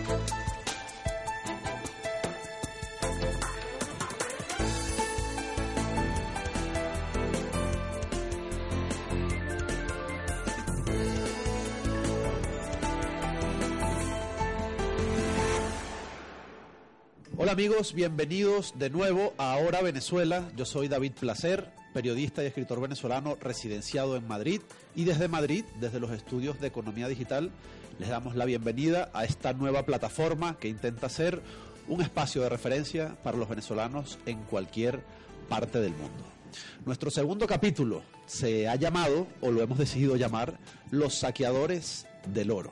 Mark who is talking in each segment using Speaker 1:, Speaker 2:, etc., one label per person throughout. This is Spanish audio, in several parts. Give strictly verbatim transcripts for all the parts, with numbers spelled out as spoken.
Speaker 1: Hola amigos, bienvenidos de nuevo a Ahora Venezuela. Yo soy David Placer, periodista y escritor venezolano residenciado en Madrid, y desde Madrid, desde los estudios de Economía Digital, les damos la bienvenida a esta nueva plataforma que intenta ser un espacio de referencia para los venezolanos en cualquier parte del mundo. Nuestro segundo capítulo se ha llamado, o lo hemos decidido llamar, Los saqueadores del oro.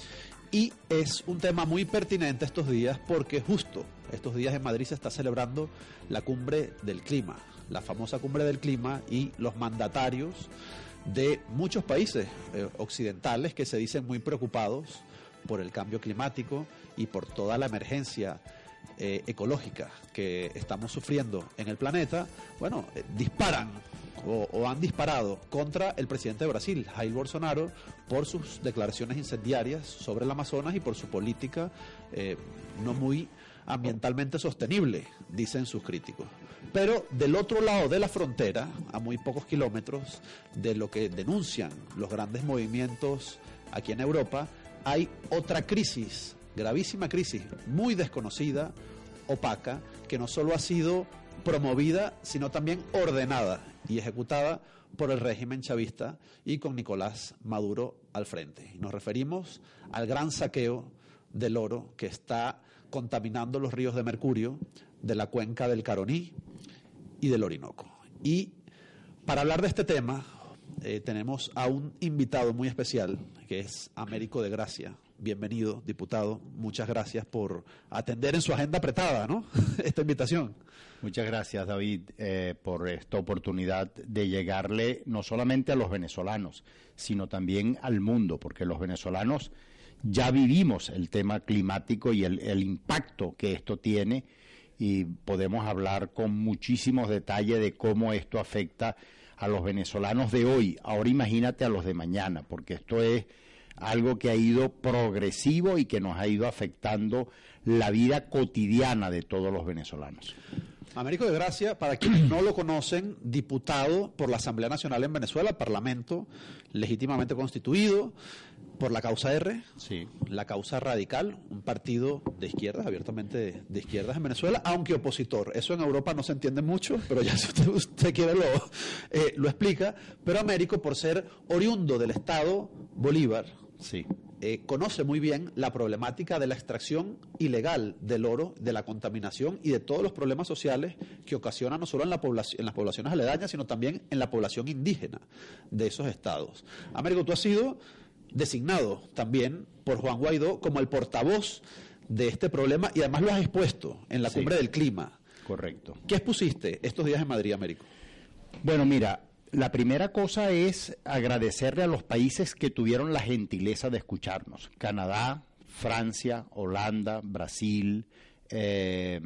Speaker 1: Y es un tema muy pertinente estos días porque justo estos días en Madrid se está celebrando la cumbre del clima, la famosa cumbre del clima, y los mandatarios de muchos países eh, occidentales que se dicen muy preocupados por el cambio climático y por toda la emergencia eh, ecológica que estamos sufriendo en el planeta, bueno, eh, disparan o, o han disparado contra el presidente de Brasil, Jair Bolsonaro, por sus declaraciones incendiarias sobre el Amazonas y por su política eh, no muy ambientalmente sostenible, dicen sus críticos. Pero del otro lado de la frontera, a muy pocos kilómetros de lo que denuncian los grandes movimientos aquí en Europa, hay otra crisis, gravísima crisis, muy desconocida, opaca, que no solo ha sido promovida, sino también ordenada y ejecutada por el régimen chavista y con Nicolás Maduro al frente. Y nos referimos al gran saqueo del oro que está contaminando los ríos de mercurio de la cuenca del Caroní y del Orinoco. Y para hablar de este tema eh, tenemos a un invitado muy especial, que es Américo de Gracia. Bienvenido, diputado. Muchas gracias por atender en su agenda apretada, ¿no? esta invitación.
Speaker 2: Muchas gracias, David, eh, por esta oportunidad de llegarle no solamente a los venezolanos, sino también al mundo, porque los venezolanos ya vivimos el tema climático y el, el impacto que esto tiene, y podemos hablar con muchísimos detalles de cómo esto afecta a los venezolanos de hoy. Ahora imagínate a los de mañana, porque esto es algo que ha ido progresivo y que nos ha ido afectando la vida cotidiana de todos los venezolanos.
Speaker 1: Américo de Gracia, para quienes no lo conocen, diputado por la Asamblea Nacional en Venezuela, Parlamento legítimamente constituido por la Causa R,
Speaker 2: sí. La
Speaker 1: Causa Radical, un partido de izquierdas, abiertamente de, de izquierdas en Venezuela, aunque opositor. Eso en Europa no se entiende mucho, pero ya si usted, usted quiere lo, eh, lo explica. Pero Américo, por ser oriundo del Estado Bolívar,
Speaker 2: sí.
Speaker 1: Eh, conoce muy bien la problemática de la extracción ilegal del oro, de la contaminación y de todos los problemas sociales que ocasiona no solo en, la población, en las poblaciones aledañas, sino también en la población indígena de esos estados. Américo, tú has sido designado también por Juan Guaidó como el portavoz de este problema y además lo has expuesto en la
Speaker 2: sí.
Speaker 1: cumbre del clima.
Speaker 2: Correcto.
Speaker 1: ¿Qué expusiste estos días en Madrid, Américo?
Speaker 2: Bueno, mira, la primera cosa es agradecerle a los países que tuvieron la gentileza de escucharnos. Canadá, Francia, Holanda, Brasil, eh,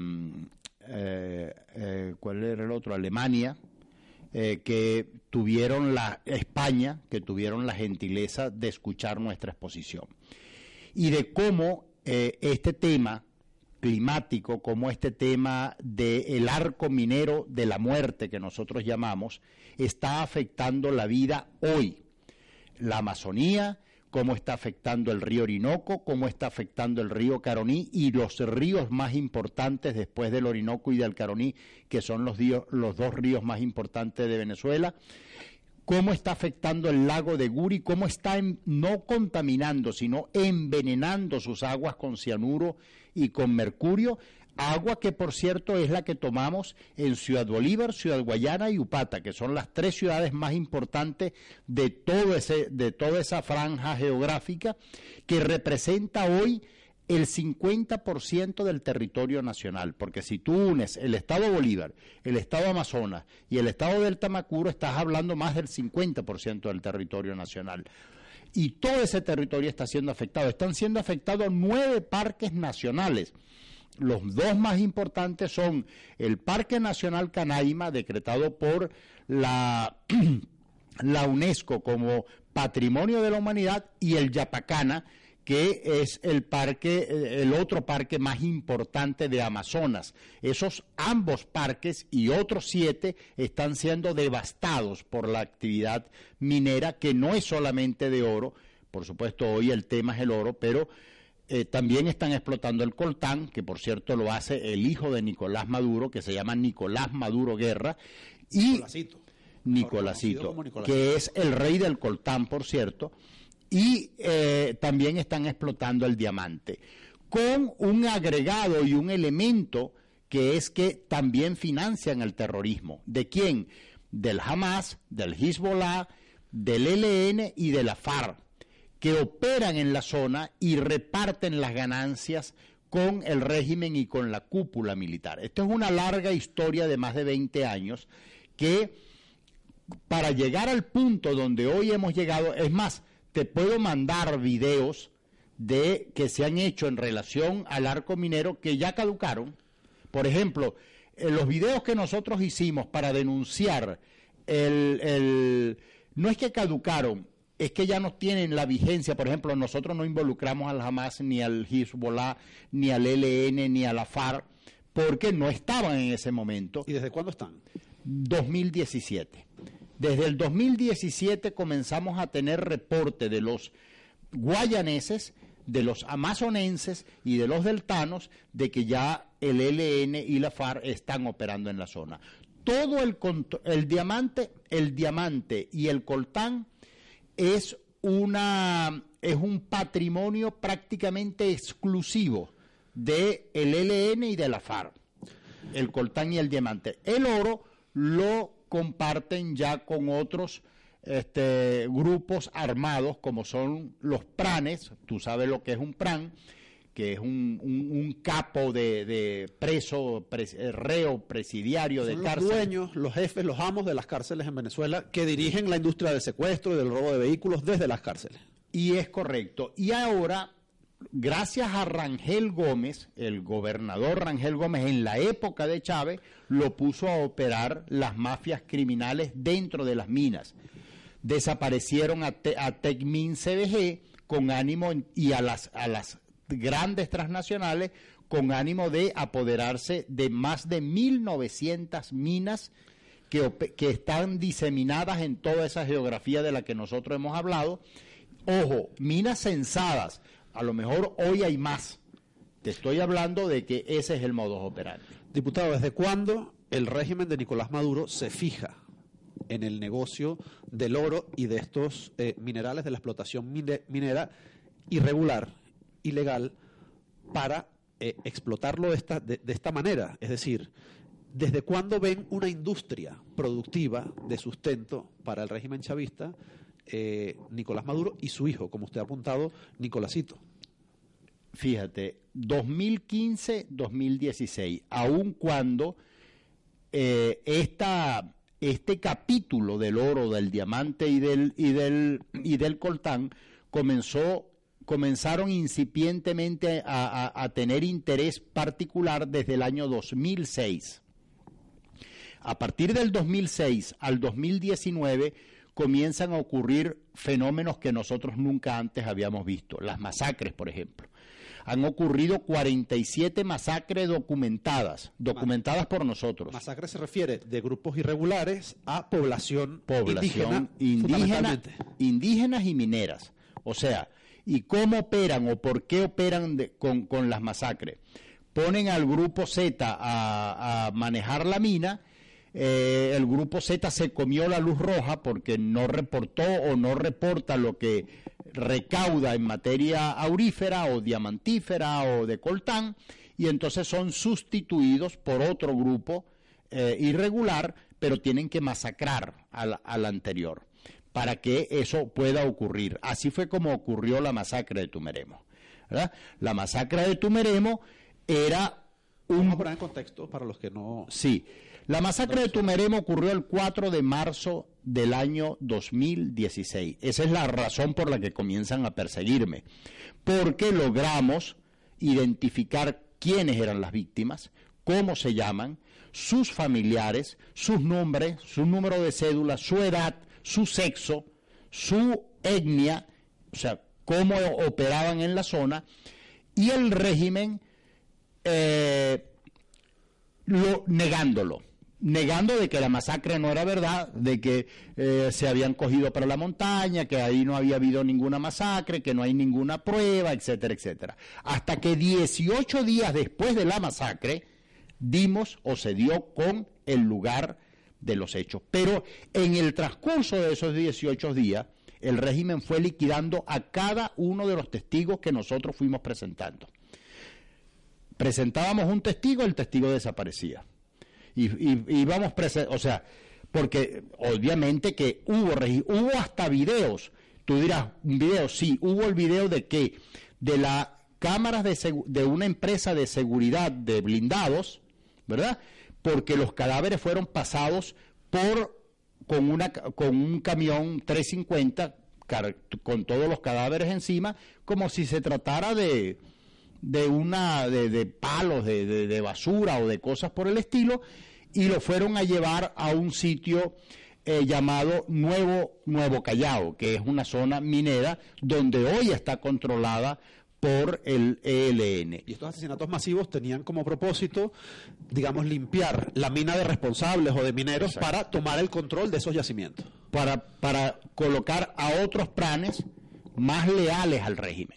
Speaker 2: eh, eh, ¿cuál era el otro? Alemania, eh, que tuvieron la, España, que tuvieron la gentileza de escuchar nuestra exposición. Y de cómo eh, este tema climático, como este tema del arco minero de la muerte que nosotros llamamos, está afectando la vida hoy. La Amazonía, cómo está afectando el río Orinoco, cómo está afectando el río Caroní y los ríos más importantes después del Orinoco y del Caroní, que son los, ríos, los dos ríos más importantes de Venezuela. Cómo está afectando el lago de Guri, cómo está en, no contaminando, sino envenenando sus aguas con cianuro y con mercurio, agua que por cierto es la que tomamos en Ciudad Bolívar, Ciudad Guayana y Upata, que son las tres ciudades más importantes de, todo ese, de toda esa franja geográfica que representa hoy el cincuenta por ciento del territorio nacional, porque si tú unes el estado Bolívar, el estado Amazonas y el estado del Tamacuro, estás hablando más del cincuenta por ciento del territorio nacional. Y todo ese territorio está siendo afectado. Están siendo afectados nueve parques nacionales. Los dos más importantes son el Parque Nacional Canaima, decretado por la, la UNESCO como Patrimonio de la Humanidad, y el Yapacana, que es el parque, el otro parque más importante de Amazonas. Esos ambos parques y otros siete están siendo devastados por la actividad minera, que no es solamente de oro. Por supuesto, hoy el tema es el oro, pero eh, también están explotando el coltán, que por cierto lo hace el hijo de Nicolás Maduro, que se llama Nicolás Maduro Guerra, y
Speaker 1: Nicolásito,
Speaker 2: Nicolásito,
Speaker 1: Nicolásito.
Speaker 2: que es el rey del coltán, por cierto. Y eh, también están explotando el diamante, con un agregado y un elemento que es que también financian el terrorismo. ¿De quién? Del Hamas, del Hezbollah, del E L N y de la FARC, que operan en la zona y reparten las ganancias con el régimen y con la cúpula militar. Esto es una larga historia de más de veinte años que, para llegar al punto donde hoy hemos llegado, es más, te puedo mandar videos de que se han hecho en relación al arco minero que ya caducaron. Por ejemplo, en los videos que nosotros hicimos para denunciar el, el no es que caducaron, es que ya no tienen la vigencia. Por ejemplo, nosotros no involucramos al Hamas, ni al Hezbollah, ni al E L N, ni a la FARC, porque no estaban en ese momento.
Speaker 1: ¿Y desde cuándo están?
Speaker 2: dos mil diecisiete. Desde el dos mil diecisiete comenzamos a tener reporte de los guayaneses, de los amazonenses y de los deltanos de que ya el E L N y la FARC están operando en la zona. Todo el, el diamante, el diamante y el coltán es una es un patrimonio prácticamente exclusivo de el E L N y de la FARC. El coltán y el diamante. El oro lo comparten ya con otros este, grupos armados, como son los pranes. Tú sabes lo que es un pran, que es un, un, un capo de, de preso, pres, reo presidiario de
Speaker 1: son
Speaker 2: cárcel.
Speaker 1: Los dueños, los jefes, los amos de las cárceles en Venezuela, que dirigen la industria del secuestro y del robo de vehículos desde las cárceles.
Speaker 2: Y es correcto. Y ahora, gracias a Rangel Gómez, el gobernador Rangel Gómez, en la época de Chávez, lo puso a operar las mafias criminales dentro de las minas. Desaparecieron a, Te, a Tecmin C B G con ánimo, y a las, a las grandes transnacionales con ánimo de apoderarse de más de mil novecientas minas que, que están diseminadas en toda esa geografía de la que nosotros hemos hablado. Ojo, minas censadas. A lo mejor hoy hay más. Te estoy hablando de que ese es el modus operandi.
Speaker 1: Diputado, ¿desde cuándo el régimen de Nicolás Maduro se fija en el negocio del oro y de estos eh, minerales, de la explotación mine, minera irregular, ilegal, para eh, explotarlo de esta, de, de esta manera? Es decir, ¿desde cuándo ven una industria productiva de sustento para el régimen chavista, Eh, Nicolás Maduro y su hijo, como usted ha apuntado, Nicolásito?
Speaker 2: Fíjate, dos mil quince, dos mil dieciséis, aun cuando eh, esta, este capítulo del oro, del diamante y del, y del, y del coltán comenzó, comenzaron incipientemente a, a, a tener interés particular desde el año dos mil seis. A partir del dos mil seis al dos mil diecinueve comienzan a ocurrir fenómenos que nosotros nunca antes habíamos visto. Las masacres, por ejemplo. Han ocurrido cuarenta y siete masacres documentadas, documentadas por nosotros.
Speaker 1: Masacre se refiere de grupos irregulares a población,
Speaker 2: población
Speaker 1: indígena,
Speaker 2: indígena, indígenas y mineras. O sea, ¿y cómo operan o por qué operan de, con, con las masacres? Ponen al grupo Z a, a manejar la mina. Eh, el grupo Z se comió la luz roja porque no reportó o no reporta lo que recauda en materia aurífera o diamantífera o de coltán, y entonces son sustituidos por otro grupo eh, irregular, pero tienen que masacrar al, al anterior para que eso pueda ocurrir. Así fue como ocurrió la masacre de Tumeremo, ¿verdad? La masacre de Tumeremo era un...
Speaker 1: Vamos a poner en contexto para los que no...
Speaker 2: Sí. La masacre de Tumeremo ocurrió el cuatro de marzo del año dos mil dieciséis. Esa es la razón por la que comienzan a perseguirme, porque logramos identificar quiénes eran las víctimas, cómo se llaman, sus familiares, sus nombres, su número de cédula, su edad, su sexo, su etnia, o sea, cómo operaban en la zona, y el régimen eh, lo, negándolo. negando de que la masacre no era verdad, de que eh, se habían cogido para la montaña, que ahí no había habido ninguna masacre, que no hay ninguna prueba, etcétera, etcétera. Hasta que dieciocho días después de la masacre, dimos o se dio con el lugar de los hechos. Pero en el transcurso de esos dieciocho días, el régimen fue liquidando a cada uno de los testigos que nosotros fuimos presentando. Presentábamos un testigo, el testigo desaparecía. Y, y, y vamos, o sea, porque obviamente que hubo, hubo hasta videos. Tú dirás, un video, sí, hubo el video de que de las cámaras de, de una empresa de seguridad de blindados, ¿verdad? Porque los cadáveres fueron pasados por con una con un camión trescientos cincuenta con todos los cadáveres encima, como si se tratara de de una de, de palos de, de, de basura o de cosas por el estilo, y lo fueron a llevar a un sitio eh, llamado Nuevo Nuevo Callao, que es una zona minera donde hoy está controlada por el E L N.
Speaker 1: Y estos asesinatos masivos tenían como propósito, digamos, limpiar la mina de responsables o de mineros. Exacto. Para tomar el control de esos yacimientos.
Speaker 2: Para, para colocar a otros planes más leales al régimen.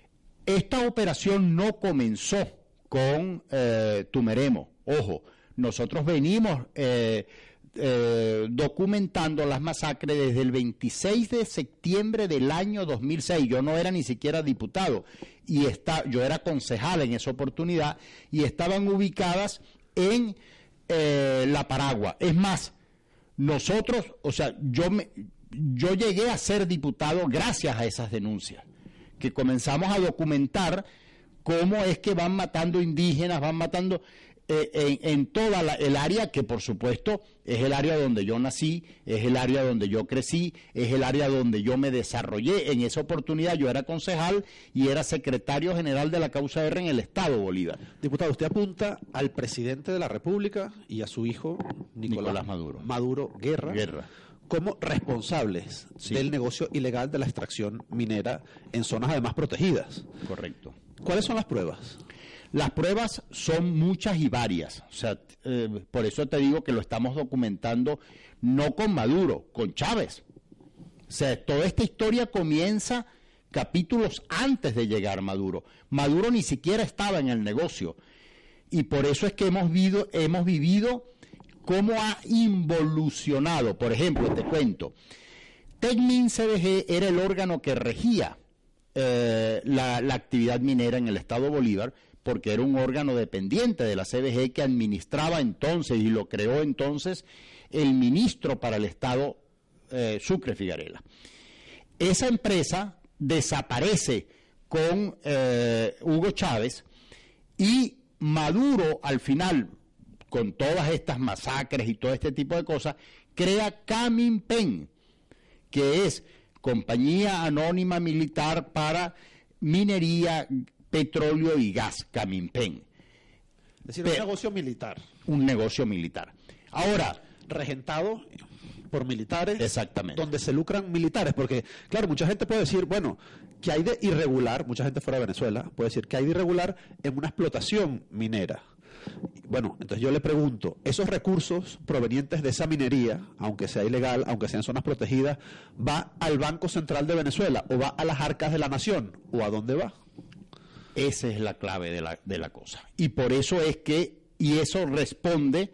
Speaker 2: Esta operación no comenzó con eh, Tumeremo. Ojo, nosotros venimos eh, eh, documentando las masacres desde el veintiséis de septiembre del año dos mil seis. Yo no era ni siquiera diputado, y está, yo era concejal en esa oportunidad, y estaban ubicadas en eh, La Paragua. Es más, nosotros, o sea, yo, me, yo llegué a ser diputado gracias a esas denuncias, que comenzamos a documentar cómo es que van matando indígenas, van matando eh, en, en toda la, el área que, por supuesto, es el área donde yo nací, es el área donde yo crecí, es el área donde yo me desarrollé. En esa oportunidad yo era concejal y era secretario general de la Causa R en el Estado Bolívar.
Speaker 1: Diputado, usted apunta al presidente de la República y a su hijo Nicolás,
Speaker 2: Nicolás Maduro.
Speaker 1: Maduro Guerra.
Speaker 2: Guerra.
Speaker 1: como responsables sí. del negocio ilegal de la extracción minera en zonas además protegidas.
Speaker 2: Correcto.
Speaker 1: ¿Cuáles son las pruebas?
Speaker 2: Las pruebas son muchas y varias. O sea, eh, por eso te digo que lo estamos documentando no con Maduro, con Chávez. O sea, toda esta historia comienza capítulos antes de llegar Maduro. Maduro ni siquiera estaba en el negocio. Y por eso es que hemos vivido, hemos vivido cómo ha involucionado. Por ejemplo, te cuento, Tecmin-C B G era el órgano que regía eh, la, la actividad minera en el Estado Bolívar, porque era un órgano dependiente de la C B G que administraba entonces y lo creó entonces el ministro para el Estado, eh, Sucre Figarela. Esa empresa desaparece con eh, Hugo Chávez, y Maduro al final, con todas estas masacres y todo este tipo de cosas, crea Caminpen, que es Compañía Anónima Militar para Minería, Petróleo y Gas, Caminpen.
Speaker 1: Es decir, Pe- un negocio militar.
Speaker 2: Un negocio militar. Ahora,
Speaker 1: regentado por militares.
Speaker 2: Exactamente.
Speaker 1: Donde se lucran militares, porque, claro, mucha gente puede decir, bueno, que hay de irregular, mucha gente fuera de Venezuela puede decir que hay de irregular en una explotación minera. Bueno, entonces yo le pregunto, ¿esos recursos provenientes de esa minería, aunque sea ilegal, aunque sean zonas protegidas, va al Banco Central de Venezuela o va a las arcas de la nación o a dónde va?
Speaker 2: Esa es la clave de la, de la cosa. Y por eso es que, y eso responde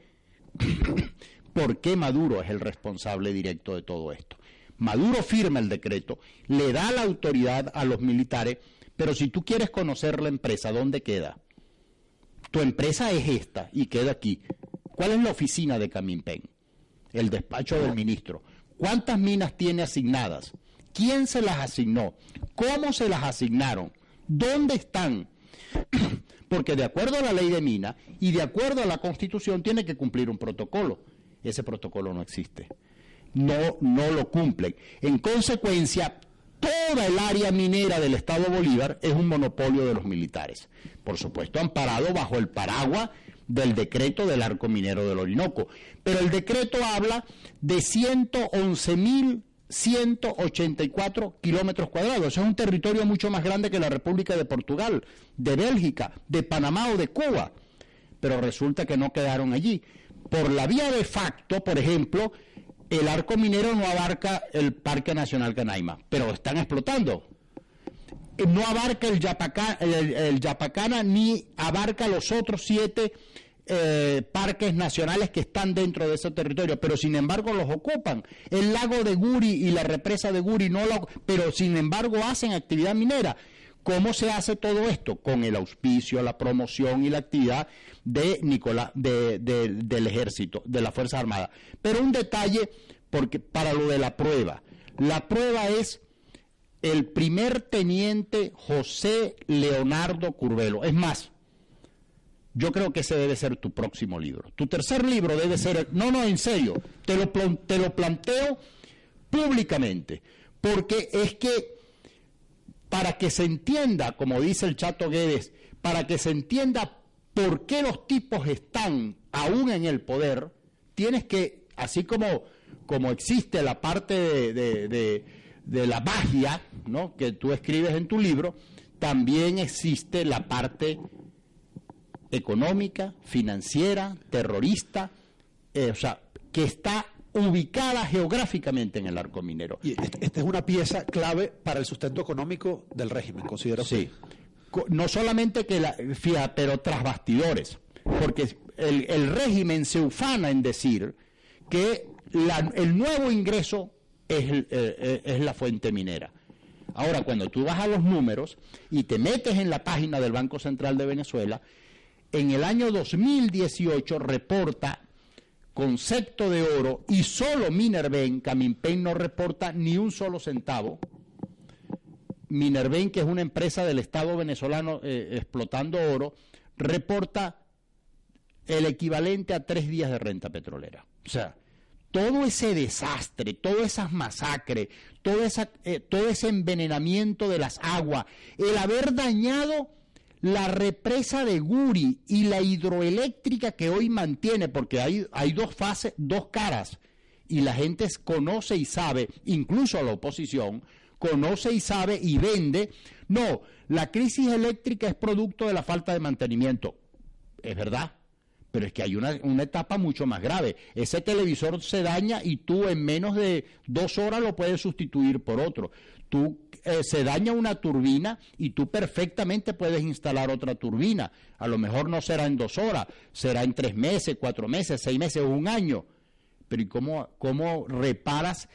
Speaker 2: por qué Maduro es el responsable directo de todo esto. Maduro firma el decreto, le da la autoridad a los militares, pero si tú quieres conocer la empresa, ¿dónde queda? Tu empresa es esta y queda aquí. ¿Cuál es la oficina de Caminpen? El despacho del ministro. ¿Cuántas minas tiene asignadas? ¿Quién se las asignó? ¿Cómo se las asignaron? ¿Dónde están? Porque de acuerdo a la ley de mina y de acuerdo a la Constitución tiene que cumplir un protocolo. Ese protocolo no existe. No, no lo cumplen. En consecuencia, toda el área minera del Estado Bolívar es un monopolio de los militares. Por supuesto, amparado bajo el paraguas del decreto del Arco Minero del Orinoco. Pero el decreto habla de ciento once mil ciento ochenta y cuatro kilómetros cuadrados. Eso es un territorio mucho más grande que la República de Portugal, de Bélgica, de Panamá o de Cuba. Pero resulta que no quedaron allí. Por la vía de facto, por ejemplo, el arco minero no abarca el Parque Nacional Canaima, pero están explotando. No abarca el Yapacana, el, el Yapacana ni abarca los otros siete eh, parques nacionales que están dentro de ese territorio, pero sin embargo los ocupan. El lago de Guri y la represa de Guri no lo, pero sin embargo hacen actividad minera. ¿Cómo se hace todo esto? Con el auspicio, la promoción y la actividad de Nicolás, de, de, del ejército, de las Fuerzas Armadas. Pero un detalle, porque para lo de la prueba. La prueba es el primer teniente José Leonardo Curvelo. Es más, yo creo que ese debe ser tu próximo libro. Tu tercer libro debe ser... No, no, en serio, te lo, te lo planteo públicamente, porque es que para que se entienda, como dice el Chato Guedes, para que se entienda por qué los tipos están aún en el poder, tienes que, así como, como existe la parte de... de, de de la magia, ¿no?, que tú escribes en tu libro, también existe la parte económica, financiera, terrorista, eh, o sea, que está ubicada geográficamente en el arco minero.
Speaker 1: Y esta es una pieza clave para el sustento económico del régimen, considero.
Speaker 2: Sí. No solamente que la, fíjate, pero tras bastidores, porque el, el régimen se ufana en decir que la, el nuevo ingreso Es, eh, es la fuente minera. Ahora, cuando tú vas a los números y te metes en la página del Banco Central de Venezuela, en el año dos mil dieciocho reporta concepto de oro y solo Minerven, Caminpen no reporta ni un solo centavo. Minerven, que es una empresa del Estado venezolano eh, explotando oro, reporta el equivalente a tres días de renta petrolera. O sea, todo ese desastre, todas esas masacres, todo, esa, eh, todo ese envenenamiento de las aguas, el haber dañado la represa de Guri y la hidroeléctrica que hoy mantiene, porque hay, hay dos fases, dos caras, y la gente conoce y sabe, incluso la oposición, conoce y sabe y vende. No, la crisis eléctrica es producto de la falta de mantenimiento, es verdad. Pero es que hay una, una etapa mucho más grave. Ese televisor se daña y tú en menos de dos horas lo puedes sustituir por otro. Tú eh, se daña una turbina y tú perfectamente puedes instalar otra turbina. A lo mejor no será en dos horas, será en tres meses, cuatro meses, seis meses o un año. Pero ¿y cómo, cómo reparas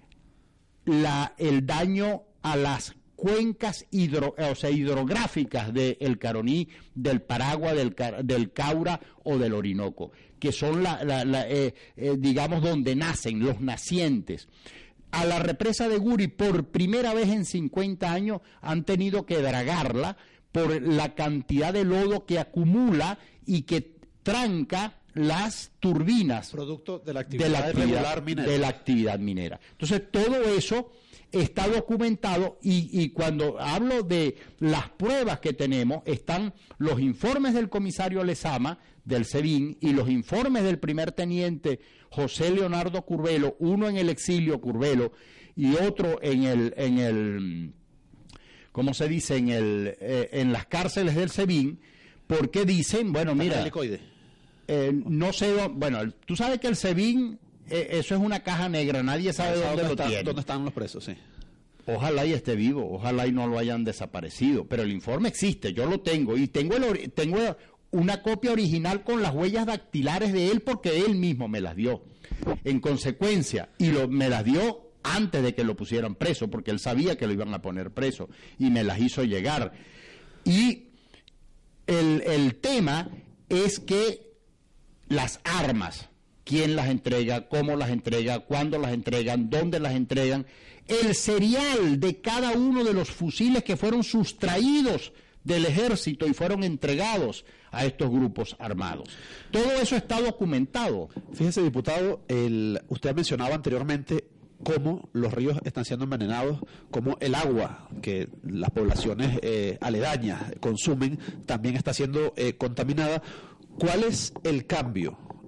Speaker 2: la, el daño a las cuencas hidro, o sea, hidrográficas del Caroní, del Paragua, del, del Caura o del Orinoco, que son, la, la, la, eh, eh, digamos, donde nacen los nacientes? A la represa de Guri, por primera vez en cincuenta años, han tenido que dragarla por la cantidad de lodo que acumula y que tranca las turbinas.
Speaker 1: Producto de la actividad,
Speaker 2: de la actividad
Speaker 1: regular minera.
Speaker 2: De la actividad minera. Entonces, todo eso está documentado y, y cuando hablo de las pruebas que tenemos, están los informes del comisario Lezama, del SEBIN, y los informes del primer teniente José Leonardo Curvelo, uno en el exilio, Curvelo, y otro en el, en el ¿cómo se dice?, en, el, eh, en las cárceles del SEBIN, porque dicen, bueno, mira, eh, no sé, bueno, tú sabes que el SEBIN... eso es una caja negra, nadie sabe dónde, dónde lo está, tiene.
Speaker 1: ¿Dónde están los presos? Sí.
Speaker 2: Ojalá y esté vivo, ojalá y no lo hayan desaparecido, pero el informe existe, yo lo tengo, y tengo, el, tengo una copia original con las huellas dactilares de él porque él mismo me las dio. En consecuencia, y lo, me las dio antes de que lo pusieran preso, porque él sabía que lo iban a poner preso, y me las hizo llegar. Y el, el tema es que las armas, quién las entrega, cómo las entrega, cuándo las entregan, dónde las entregan, el serial de cada uno de los fusiles que fueron sustraídos del ejército y fueron entregados a estos grupos armados. Todo eso está documentado.
Speaker 1: Fíjese, diputado, el, usted mencionaba anteriormente cómo los ríos están siendo envenenados, cómo el agua que las poblaciones eh, aledañas consumen también está siendo eh, contaminada. ¿Cuál es el cambio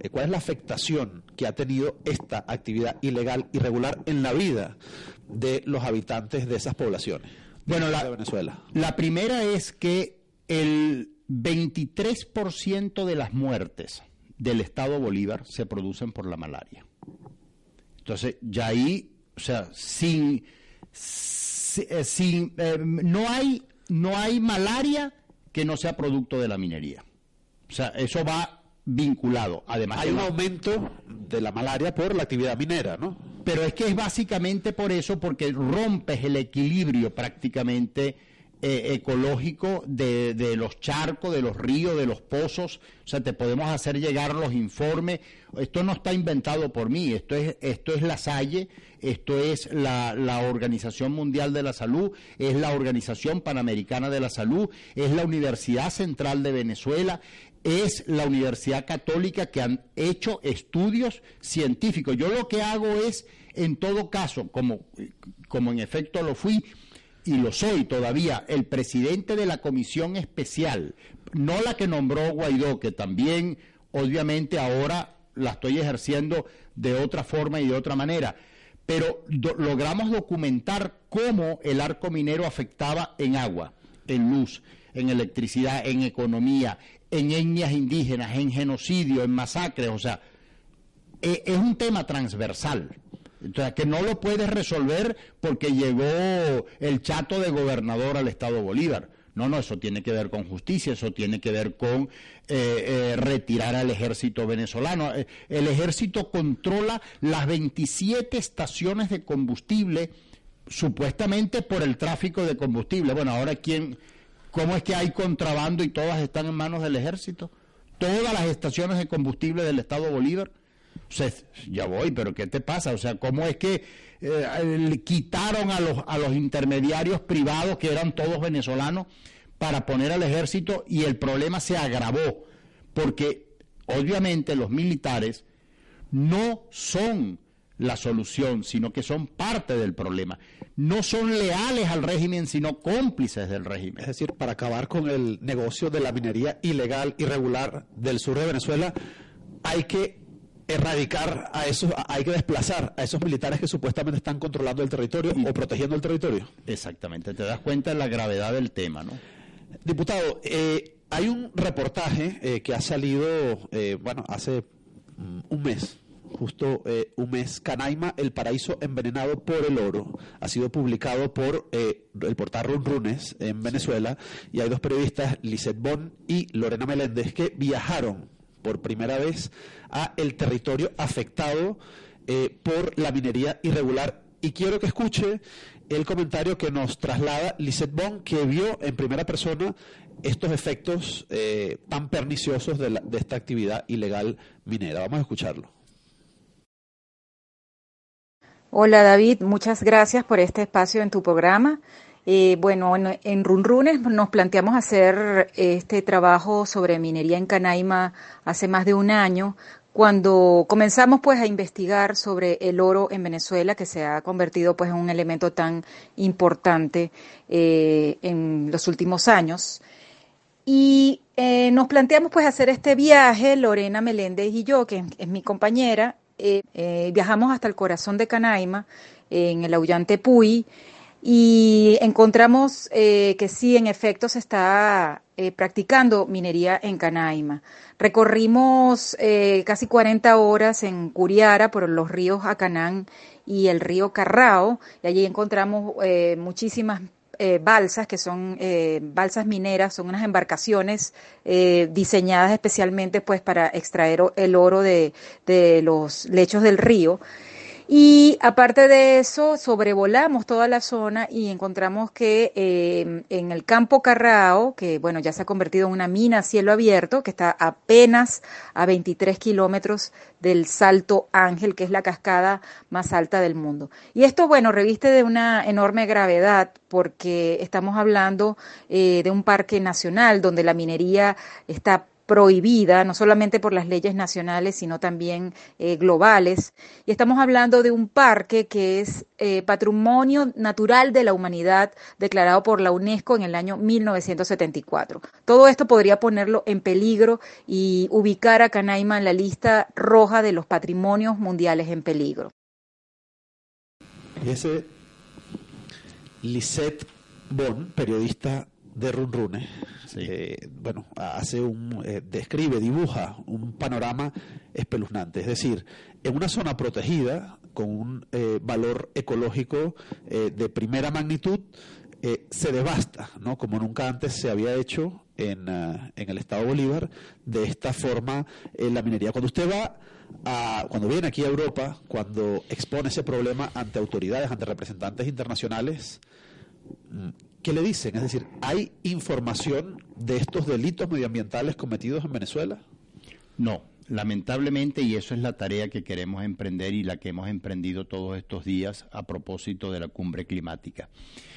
Speaker 1: eh, cuál es la afectación que ha tenido esta actividad ilegal, irregular en la vida de los habitantes de esas poblaciones.
Speaker 2: Bueno, la,
Speaker 1: de Venezuela.
Speaker 2: La primera es que el veintitrés por ciento de las muertes del Estado Bolívar se producen por la malaria. Entonces, ya ahí, o sea, sin, sin eh, no hay no hay malaria que no sea producto de la minería. O sea, eso va vinculado. Además,
Speaker 1: hay un
Speaker 2: va...
Speaker 1: aumento de la malaria por la actividad minera, ¿no?
Speaker 2: Pero es que es básicamente por eso, porque rompes el equilibrio prácticamente eh, ecológico de, de los charcos, de los ríos, de los pozos. O sea, te podemos hacer llegar los informes. Esto no está inventado por mí, esto es, esto es la SAIE, esto es la, la Organización Mundial de la Salud, es la Organización Panamericana de la Salud, es la Universidad Central de Venezuela, es la Universidad Católica, que han hecho estudios científicos. Yo lo que hago es, en todo caso, como, como en efecto lo fui y lo soy todavía, el presidente de la comisión especial, no la que nombró Guaidó, que también obviamente ahora la estoy ejerciendo de otra forma y de otra manera, pero do, logramos documentar cómo el arco minero afectaba en agua, en luz, en electricidad, en economía, en etnias indígenas, en genocidio, en masacres. O sea, es, es un tema transversal, o sea, que no lo puedes resolver porque llegó el chato de gobernador al Estado Bolívar. No, no, eso tiene que ver con justicia, eso tiene que ver con eh, eh, retirar al ejército venezolano. El ejército controla las veintisiete estaciones de combustible, supuestamente por el tráfico de combustible. Bueno, ahora quién, ¿cómo es que hay contrabando y todas están en manos del ejército? Todas las estaciones de combustible del Estado Bolívar. O sea, ya voy, pero ¿qué te pasa? O sea, ¿cómo es que eh, quitaron a los, a los intermediarios privados, que eran todos venezolanos, para poner al ejército, y el problema se agravó? Porque obviamente los militares no son la solución, sino que son parte del problema. No son leales al régimen, sino cómplices del régimen.
Speaker 1: Es decir, para acabar con el negocio de la minería ilegal, irregular del sur de Venezuela, hay que erradicar a esos, hay que desplazar a esos militares que supuestamente están controlando el territorio y, o protegiendo el territorio.
Speaker 2: Exactamente, te das cuenta de la gravedad del tema, ¿no?
Speaker 1: Diputado, eh, hay un reportaje eh, que ha salido, eh, bueno, hace um, un mes, justo eh, un mes, Canaima, el paraíso envenenado por el oro. Ha sido publicado por eh, el portal Runrunes en Venezuela, y hay dos periodistas, Lisette Bon y Lorena Meléndez, que viajaron por primera vez a el territorio afectado eh, por la minería irregular. Y quiero que escuche el comentario que nos traslada Lisette Bon, que vio en primera persona estos efectos eh, tan perniciosos de, la, de esta actividad ilegal minera. Vamos a escucharlo.
Speaker 3: Hola David, muchas gracias por este espacio en tu programa. Eh, bueno, en, en Runrunes nos planteamos hacer este trabajo sobre minería en Canaima hace más de un año, cuando comenzamos pues a investigar sobre el oro en Venezuela, que se ha convertido pues en un elemento tan importante eh, en los últimos años. Y eh, nos planteamos pues hacer este viaje, Lorena Meléndez y yo, que es, es mi compañera, eh, eh, viajamos hasta el corazón de Canaima, eh, en el Aullante Puy, y encontramos eh, que sí, en efecto, se está eh, practicando minería en Canaima. Recorrimos eh, casi cuarenta horas en Curiara por los ríos Acanán y el río Carrao, y allí encontramos eh, muchísimas eh, balsas, que son eh, balsas mineras, son unas embarcaciones eh, diseñadas especialmente pues para extraer el oro de, de los lechos del río. Y aparte de eso, sobrevolamos toda la zona y encontramos que eh, en el campo Carrao, que bueno, ya se ha convertido en una mina a cielo abierto, que está apenas a veintitrés kilómetros del Salto Ángel, que es la cascada más alta del mundo. Y esto, bueno, reviste de una enorme gravedad, porque estamos hablando eh, de un parque nacional donde la minería está prohibida, no solamente por las leyes nacionales, sino también eh, globales. Y estamos hablando de un parque que es eh, Patrimonio Natural de la Humanidad, declarado por la UNESCO en el año mil novecientos setenta y cuatro. Todo esto podría ponerlo en peligro y ubicar a Canaima en la lista roja de los patrimonios mundiales en peligro.
Speaker 1: Y ese Lisette Bon, periodista de Runrunes, sí. eh, bueno, hace un, eh, describe, dibuja un panorama espeluznante. Es decir, en una zona protegida, con un eh, valor ecológico eh, de primera magnitud, eh, se devasta, ¿no? Como nunca antes se había hecho en, uh, en el Estado Bolívar, de esta forma eh, la minería. Cuando usted va a, cuando viene aquí a Europa, cuando expone ese problema ante autoridades, ante representantes internacionales, ¿qué le dicen? Es decir, ¿hay información de estos delitos medioambientales cometidos en Venezuela?
Speaker 2: No, lamentablemente, y eso es la tarea que queremos emprender y la que hemos emprendido todos estos días a propósito de la cumbre climática.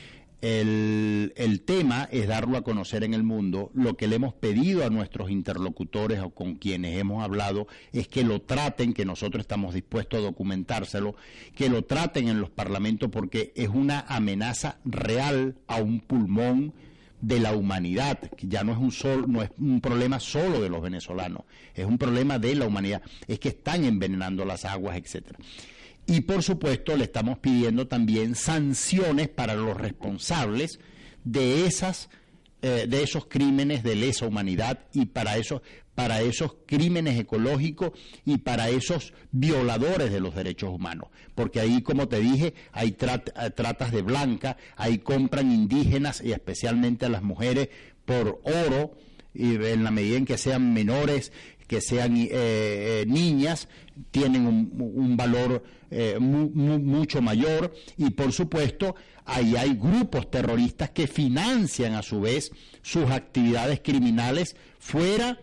Speaker 2: El, el tema es darlo a conocer en el mundo. Lo que le hemos pedido a nuestros interlocutores o con quienes hemos hablado es que lo traten, que nosotros estamos dispuestos a documentárselo, que lo traten en los parlamentos, porque es una amenaza real a un pulmón de la humanidad, que ya no es un solo, no es un problema solo de los venezolanos, es un problema de la humanidad, es que están envenenando las aguas, etcétera. Y por supuesto le estamos pidiendo también sanciones para los responsables de esas eh, de esos crímenes de lesa humanidad y para esos para esos crímenes ecológicos y para esos violadores de los derechos humanos, porque ahí, como te dije, hay trat, tratas de blanca, ahí compran indígenas y especialmente a las mujeres por oro, y en la medida en que sean menores, que sean eh, eh, niñas, tienen un, un valor eh, mu, mu, mucho mayor, y por supuesto ahí hay grupos terroristas que financian a su vez sus actividades criminales fuera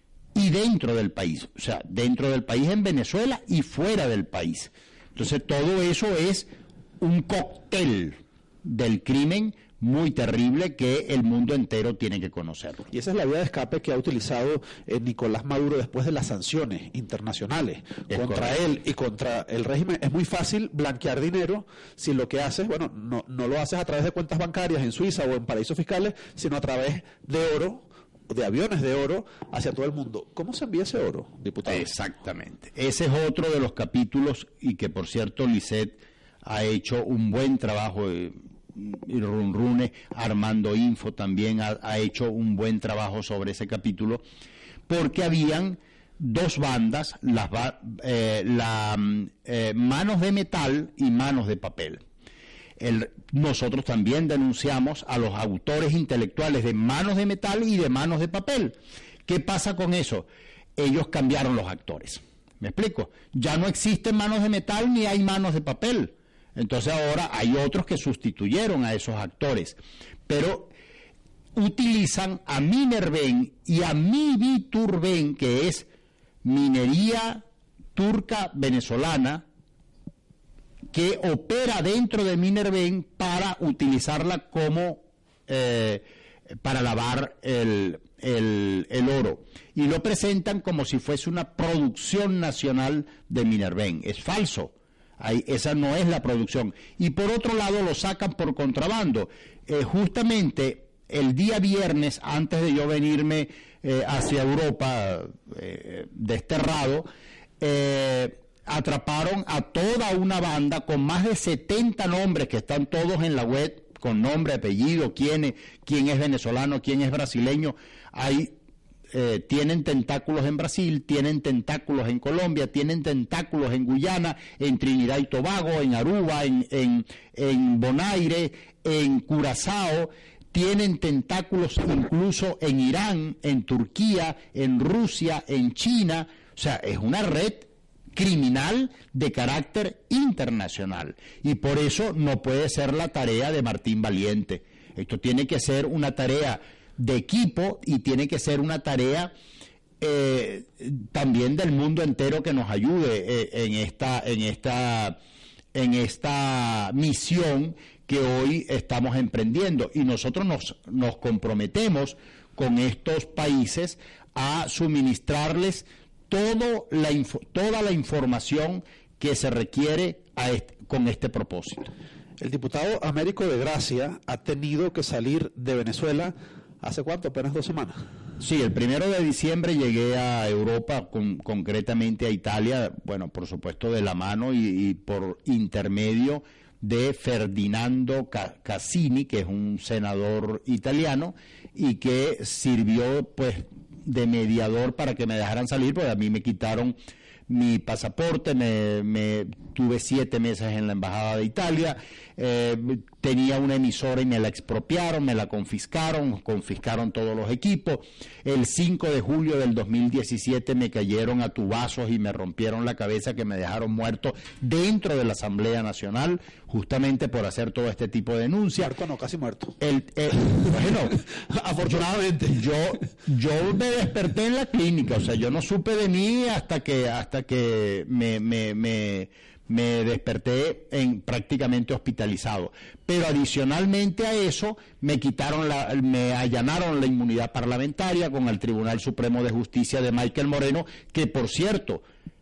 Speaker 2: y dentro del país, o sea, dentro del país en Venezuela y fuera del país. Entonces todo eso es un cóctel del crimen muy terrible que el mundo entero tiene que conocerlo.
Speaker 1: Y esa es la vía de escape que ha utilizado eh, Nicolás Maduro después de las sanciones internacionales es contra correcto. él y contra el régimen. Es muy fácil blanquear dinero si lo que haces, bueno, no, no lo haces a través de cuentas bancarias en Suiza o en paraísos fiscales, sino a través de oro, de aviones de oro hacia todo el mundo. ¿Cómo se envía ese oro, diputado?
Speaker 2: Exactamente. Ese es otro de los capítulos, y que por cierto Lisette ha hecho un buen trabajo de y Runrunes, Armando Info también ha, ha hecho un buen trabajo sobre ese capítulo, porque habían dos bandas, las eh, la, eh, manos de metal y manos de papel. El, nosotros también denunciamos a los autores intelectuales de manos de metal y de manos de papel. ¿Qué pasa con eso? Ellos cambiaron los actores. ¿Me explico? Ya no existen manos de metal ni hay manos de papel. Entonces ahora hay otros que sustituyeron a esos actores, pero utilizan a Minerven y a Miviturven, que es minería turca venezolana, que opera dentro de Minerven para utilizarla como eh, para lavar el, el, el oro, y lo presentan como si fuese una producción nacional de Minerven. Es falso. Ahí, esa no es la producción. Y por otro lado lo sacan por contrabando. Eh, justamente el día viernes, antes de yo venirme eh, hacia Europa eh, desterrado, eh, atraparon a toda una banda con más de setenta nombres que están todos en la web, con nombre, apellido, quién es, quién es venezolano, quién es brasileño. Hay Eh, tienen tentáculos en Brasil, tienen tentáculos en Colombia, tienen tentáculos en Guyana, en Trinidad y Tobago, en Aruba, en, en, en Bonaire, en Curazao, tienen tentáculos incluso en Irán, en Turquía, en Rusia, en China. O sea, es una red criminal de carácter internacional, y por eso no puede ser la tarea de Martín Valiente. Esto tiene que ser una tarea de equipo y tiene que ser una tarea eh, también del mundo entero que nos ayude eh, en esta en esta en esta misión que hoy estamos emprendiendo, y nosotros nos nos comprometemos con estos países a suministrarles todo la info, toda la información que se requiere a este, con este propósito.
Speaker 1: El diputado Américo de Gracia ha tenido que salir de Venezuela ¿hace cuánto? Apenas dos semanas.
Speaker 2: Sí, el primero de diciembre llegué a Europa, con, concretamente a Italia, bueno, por supuesto de la mano y, y por intermedio de Ferdinando Casini, que es un senador italiano y que sirvió pues de mediador para que me dejaran salir, porque a mí me quitaron mi pasaporte, me, me tuve siete meses en la Embajada de Italia, eh, tenía una emisora y me la expropiaron, me la confiscaron, confiscaron todos los equipos. El cinco de julio del dos mil diecisiete me cayeron a tubazos y me rompieron la cabeza, que me dejaron muerto dentro de la Asamblea Nacional, justamente por hacer todo este tipo de denuncias.
Speaker 1: Muerto no, casi muerto.
Speaker 2: El, el, bueno, afortunadamente yo, yo me desperté en la clínica, o sea, yo no supe de mí hasta que hasta que me, me, me, me desperté en prácticamente hospitalizado. Pero adicionalmente a eso me quitaron la, me allanaron la inmunidad parlamentaria con el Tribunal Supremo de Justicia de Michael Moreno, que por cierto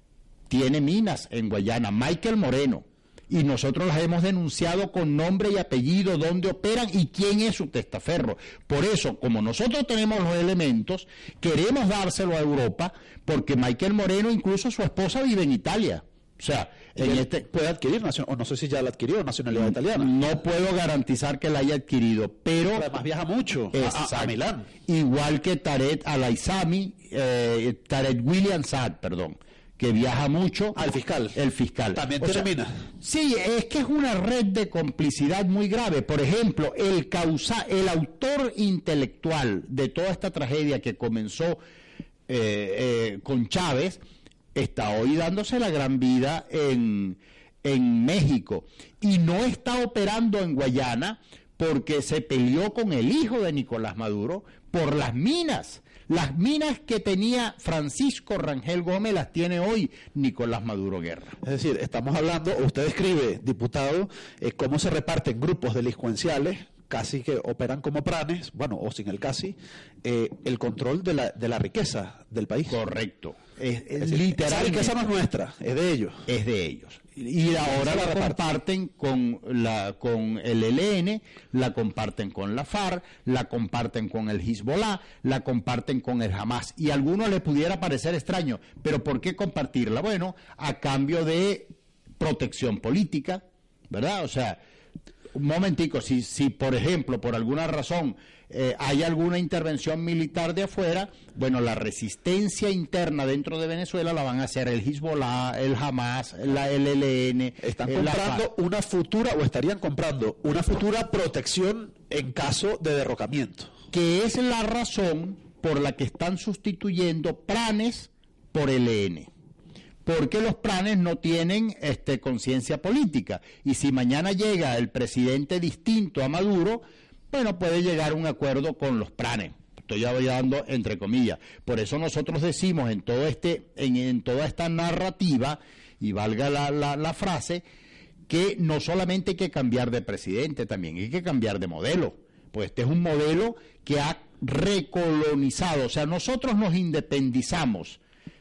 Speaker 2: tiene minas en Guayana, Michael Moreno. Y nosotros las hemos denunciado con nombre y apellido, dónde operan y quién es su testaferro. Por eso, como nosotros tenemos los elementos, queremos dárselo a Europa, porque Michael Moreno, incluso su esposa, vive en Italia. O sea, en este
Speaker 1: puede adquirir, o no sé si ya la adquirió, nacionalidad italiana.
Speaker 2: No puedo garantizar que la haya adquirido, pero...
Speaker 1: pero además viaja mucho a, a Milán.
Speaker 2: Igual que Tarek Al-Aissami, eh, Tarek William Saad, perdón, que viaja mucho.
Speaker 1: Al fiscal.
Speaker 2: El fiscal.
Speaker 1: También termina.
Speaker 2: Sí, es que es una red de complicidad muy grave. Por ejemplo, el causa, el autor intelectual de toda esta tragedia que comenzó eh, eh, con Chávez, está hoy dándose la gran vida en, en México. Y no está operando en Guayana porque se peleó con el hijo de Nicolás Maduro por las minas. Las minas que tenía Francisco Rangel Gómez las tiene hoy Nicolás Maduro Guerra.
Speaker 1: Es decir, estamos hablando, usted escribe, diputado, eh, cómo se reparten grupos delincuenciales, casi que operan como pranes, bueno, o sin el casi, eh, el control de la, de la riqueza del país.
Speaker 2: Correcto. Es, es,
Speaker 1: es decir,
Speaker 2: literalmente,
Speaker 1: esa riqueza no es nuestra, es de ellos.
Speaker 2: Es de ellos. Y ahora la, la comparten con la con el E L N, la comparten con la FARC, la comparten con el Hezbollah, la comparten con el Hamas. Y a algunos les pudiera parecer extraño, pero ¿por qué compartirla? Bueno, a cambio de protección política, ¿verdad? O sea, un momentico, si, si por ejemplo, por alguna razón eh, hay alguna intervención militar de afuera, bueno, la resistencia interna dentro de Venezuela la van a hacer el Hezbollah, el Hamas, la el E L N.
Speaker 1: Están comprando una futura, o estarían comprando una futura protección en caso de derrocamiento.
Speaker 2: Que es la razón por la que están sustituyendo planes por E L N. Porque los planes no tienen este, conciencia política. Y si mañana llega el presidente distinto a Maduro, bueno, puede llegar a un acuerdo con los planes. Estoy hablando entre comillas. Por eso nosotros decimos en todo este, en, en toda esta narrativa, y valga la, la, la frase, que no solamente hay que cambiar de presidente, también hay que cambiar de modelo. Pues este es un modelo que ha recolonizado. O sea, nosotros nos independizamos.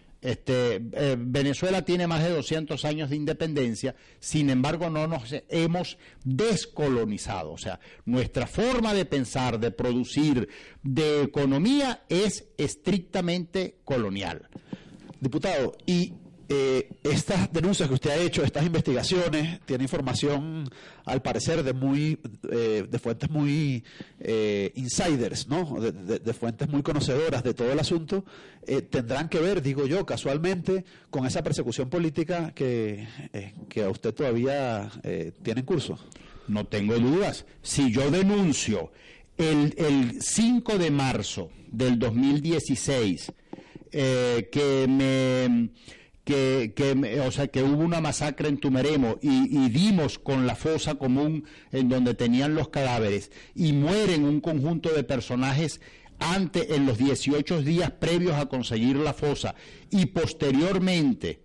Speaker 2: Este, eh, Venezuela tiene más de doscientos años de independencia, sin embargo no nos hemos descolonizado, o sea, nuestra forma de pensar, de producir, de economía es estrictamente colonial.
Speaker 1: Diputado, y eh, estas denuncias que usted ha hecho, estas investigaciones, tiene información al parecer de muy eh, de fuentes muy eh, insiders, ¿no? De, de, de fuentes muy conocedoras de todo el asunto, eh, tendrán que ver, digo yo, casualmente, con esa persecución política que, eh, que a usted todavía eh, tiene en curso.
Speaker 2: No tengo dudas. Si yo denuncio el, el cinco de marzo del dos mil dieciséis eh, que me Que, que, o sea, que hubo una masacre en Tumeremo y, y dimos con la fosa común en donde tenían los cadáveres y mueren un conjunto de personajes antes, en los dieciocho días previos a conseguir la fosa, y posteriormente,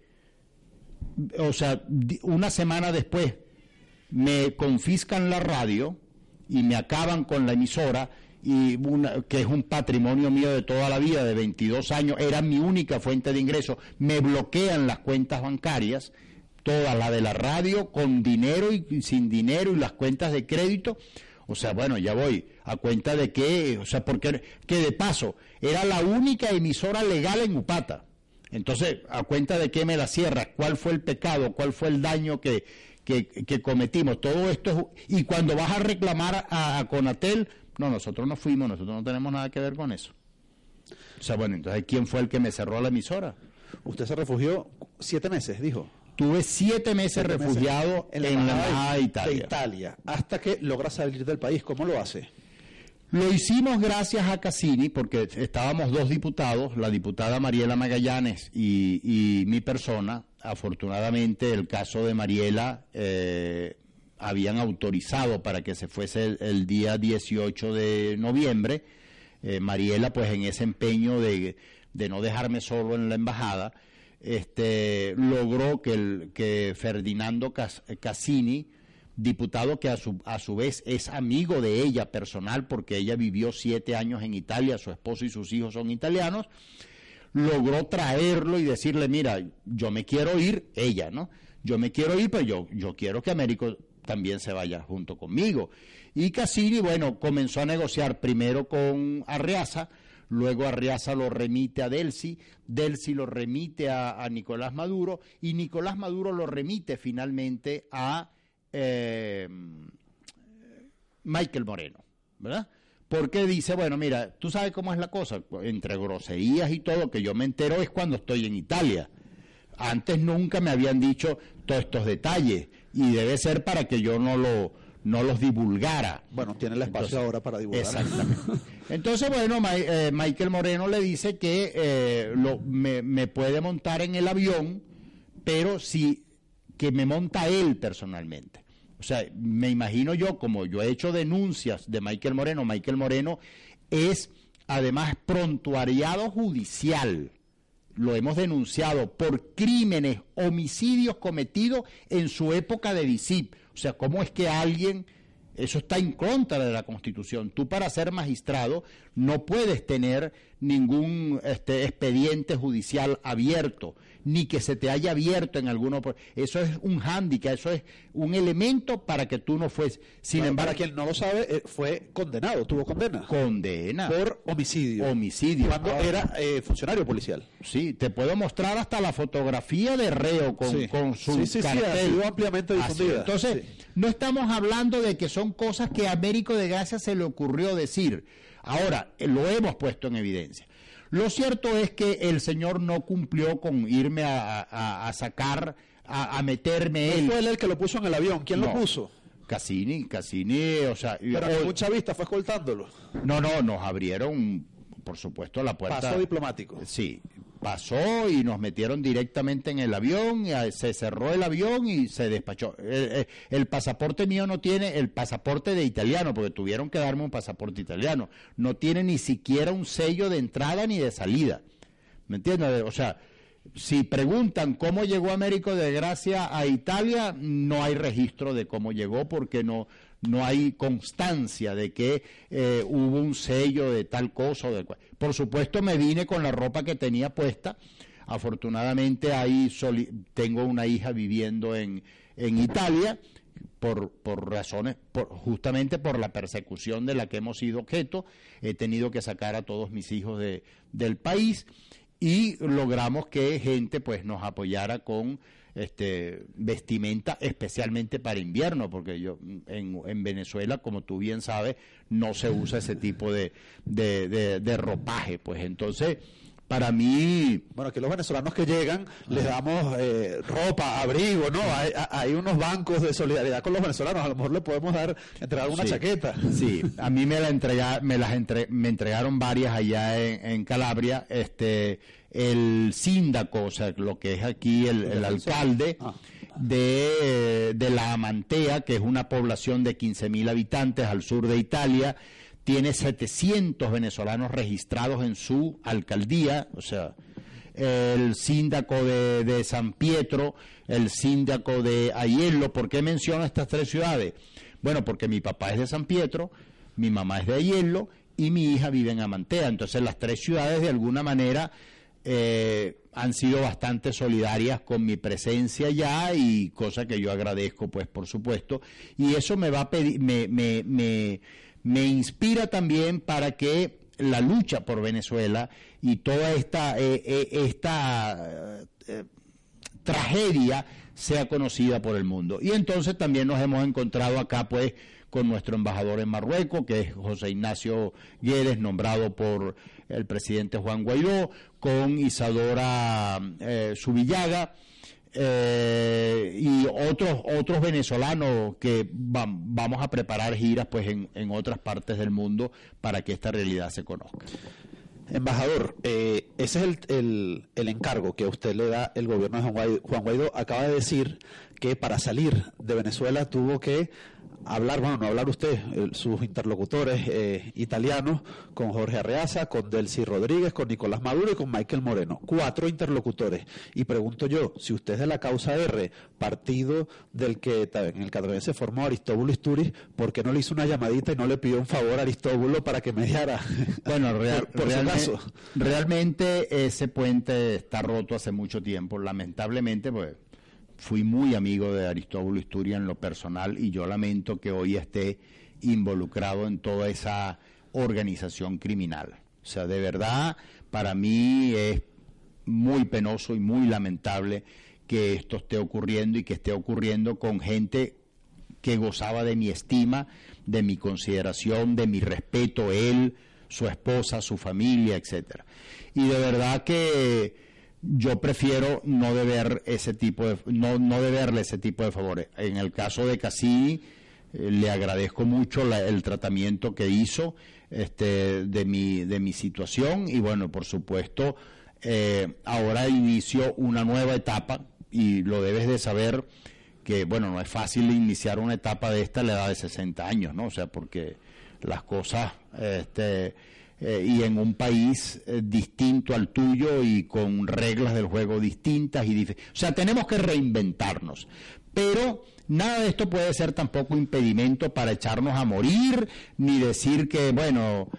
Speaker 2: o sea, una semana después, me confiscan la radio y me acaban con la emisora y una, que es un patrimonio mío de toda la vida, de veintidós años, era mi única fuente de ingreso, me bloquean las cuentas bancarias, toda la de la radio, con dinero y, y sin dinero, y las cuentas de crédito. O sea, bueno, ya voy a cuenta de que, o sea, porque que de paso era la única emisora legal en Upata. Entonces, a cuenta de qué me la cierras, cuál fue el pecado, cuál fue el daño que, que, que cometimos, todo esto es, y cuando vas a reclamar a, a Conatel, no, nosotros no fuimos, nosotros no tenemos nada que ver con eso. O sea, bueno, entonces, ¿quién fue el que me cerró la emisora?
Speaker 1: Usted se refugió siete meses, dijo.
Speaker 2: Tuve siete meses siete refugiado meses en la embajada de, de, Italia.
Speaker 1: de Italia, hasta que logra salir del país. ¿Cómo lo hace?
Speaker 2: Lo hicimos gracias a Cassini, porque estábamos dos diputados, la diputada Mariela Magallanes y, y mi persona. Afortunadamente, el caso de Mariela eh, habían autorizado para que se fuese el, el día dieciocho de noviembre. Eh, Mariela, pues en ese empeño de, de no dejarme solo en la embajada, este, logró que, el, que Ferdinando Cas, Cassini, diputado que a su, a su vez es amigo de ella personal, porque ella vivió siete años en Italia, su esposo y sus hijos son italianos, logró traerlo y decirle, mira, yo me quiero ir, ella, ¿no? Yo me quiero ir, pero yo, yo quiero que Américo también se vaya junto conmigo. Y Cassini, bueno, comenzó a negociar primero con Arriaza, luego Arriaza lo remite a Delcy, Delcy lo remite a, a Nicolás Maduro, y Nicolás Maduro lo remite finalmente a eh, Michael Moreno, ¿verdad? Porque dice, bueno, mira, tú sabes cómo es la cosa, entre groserías y todo, que yo me entero es cuando estoy en Italia. Antes nunca me habían dicho todos estos detalles, y debe ser para que yo no lo no los divulgara.
Speaker 1: Bueno, tiene el espacio Entonces, ahora para divulgar.
Speaker 2: Exactamente. Entonces, bueno, Ma, eh, Michael Moreno le dice que eh, lo, me, me puede montar en el avión, pero sí que me monta él personalmente. O sea, me imagino yo, como yo he hecho denuncias de Michael Moreno, Michael Moreno es además prontuariado judicial. Lo hemos denunciado por crímenes, homicidios cometidos en su época de D I C I P. O sea, ¿cómo es que alguien, eso está en contra de la Constitución? Tú para ser magistrado no puedes tener ningún este, expediente judicial abierto, ni que se te haya abierto en alguno. Eso es un hándicap, eso es un elemento para que tú no fueses. Sin
Speaker 1: bueno,
Speaker 2: embargo,
Speaker 1: para quien no lo sabe, fue condenado, tuvo condena.
Speaker 2: Condena.
Speaker 1: Por homicidio.
Speaker 2: Homicidio.
Speaker 1: Cuando ah, era eh, funcionario policial.
Speaker 2: Sí, te puedo mostrar hasta la fotografía de reo con, sí. con su
Speaker 1: sí, sí,
Speaker 2: cartel.
Speaker 1: Sí, ha sido ampliamente difundida.
Speaker 2: Entonces, sí. no estamos hablando de que son cosas que a Américo de Gracia se le ocurrió decir. Ahora, lo hemos puesto en evidencia. Lo cierto es que el señor no cumplió con irme a, a, a sacar, a, a meterme él.
Speaker 1: ¿No fue él el que lo puso en el avión? ¿Quién
Speaker 2: no.
Speaker 1: lo puso?
Speaker 2: Cassini, Cassini, o sea...
Speaker 1: Pero o, mucha vista fue escoltándolo.
Speaker 2: No, no, nos abrieron, por supuesto, la puerta...
Speaker 1: Paso diplomático.
Speaker 2: Sí, pasó y nos metieron directamente en el avión, y se cerró el avión y se despachó. El, el, el pasaporte mío no tiene, el pasaporte de italiano, porque tuvieron que darme un pasaporte italiano, no tiene ni siquiera un sello de entrada ni de salida. ¿Me entiendes? O sea, si preguntan cómo llegó Américo de Gracia a Italia, no hay registro de cómo llegó, porque no... no hay constancia de que eh, hubo un sello de tal cosa o de cual. Por supuesto me vine con la ropa que tenía puesta. Afortunadamente ahí soli- tengo una hija viviendo en, en Italia por, por razones, por, justamente por la persecución de la que hemos sido objeto. He tenido que sacar a todos mis hijos de, del país, y logramos que gente pues nos apoyara con este vestimenta especialmente para invierno, porque yo en, en Venezuela, como tú bien sabes, no se usa ese tipo de, de, de, de ropaje. Pues entonces, para mí...
Speaker 1: Bueno, que los venezolanos que llegan les damos eh, ropa, abrigo, ¿no? Hay, hay unos bancos de solidaridad con los venezolanos, a lo mejor le podemos dar, entregar una
Speaker 2: sí,
Speaker 1: chaqueta.
Speaker 2: Sí, a mí me la entrega, me las entre, me entregaron varias allá en, en Calabria, este el síndaco, o sea, lo que es aquí el, el alcalde ah. de, de La Amantea, que es una población de quince mil habitantes al sur de Italia, tiene setecientos venezolanos registrados en su alcaldía, o sea, el síndaco de, de San Pietro, el síndaco de Aiello. ¿Por qué menciono estas tres ciudades? Bueno, porque mi papá es de San Pietro, mi mamá es de Aiello, y mi hija vive en Amantea. Entonces las tres ciudades de alguna manera eh, han sido bastante solidarias con mi presencia allá, y cosa que yo agradezco, pues, por supuesto, y eso me va a pedir, me, me, me, me inspira también para que la lucha por Venezuela y toda esta, eh, eh, esta eh, tragedia sea conocida por el mundo. Y entonces también nos hemos encontrado acá, pues, con nuestro embajador en Marruecos, que es José Ignacio Guedes, nombrado por el presidente Juan Guaidó, con Isadora eh, Subillaga, eh, y otros otros venezolanos que va, vamos a preparar giras, pues, en, en otras partes del mundo para que esta realidad se conozca.
Speaker 1: Embajador, eh, ese es el, el, el encargo que a usted le da el gobierno de Juan Guaidó. Juan Guaidó acaba de decir que para salir de Venezuela tuvo que hablar, bueno, no hablar usted, eh, sus interlocutores eh, italianos, con Jorge Arreaza, con Delcy Rodríguez, con Nicolás Maduro y con Michael Moreno. Cuatro interlocutores. Y pregunto yo, si usted es de la causa R, partido del que en el que también se formó Aristóbulo Istúriz, ¿por qué no le hizo una llamadita y no le pidió un favor a Aristóbulo para que mediara?
Speaker 2: Bueno, real,
Speaker 1: por, por
Speaker 2: realmente,
Speaker 1: su caso.
Speaker 2: realmente ese puente está roto hace mucho tiempo, lamentablemente, pues fui muy amigo de Aristóbulo Istúriz en lo personal, y yo lamento que hoy esté involucrado en toda esa organización criminal. O sea, de verdad, para mí es muy penoso y muy lamentable que esto esté ocurriendo, y que esté ocurriendo con gente que gozaba de mi estima, de mi consideración, de mi respeto, él, su esposa, su familia, etcétera. Y de verdad que yo prefiero no deber ese tipo de no no deberle ese tipo de favores. En el caso de Cassini, eh, le agradezco mucho la, el tratamiento que hizo este de mi de mi situación, y bueno, por supuesto, eh, ahora inicio una nueva etapa, y lo debes de saber que, bueno, no es fácil iniciar una etapa de esta a la edad de sesenta años, ¿no? O sea, porque las cosas este Eh, y en un país eh, distinto al tuyo y con reglas del juego distintas y dif- o sea, tenemos que reinventarnos, pero nada de esto puede ser tampoco impedimento para echarnos a morir, ni decir que, bueno,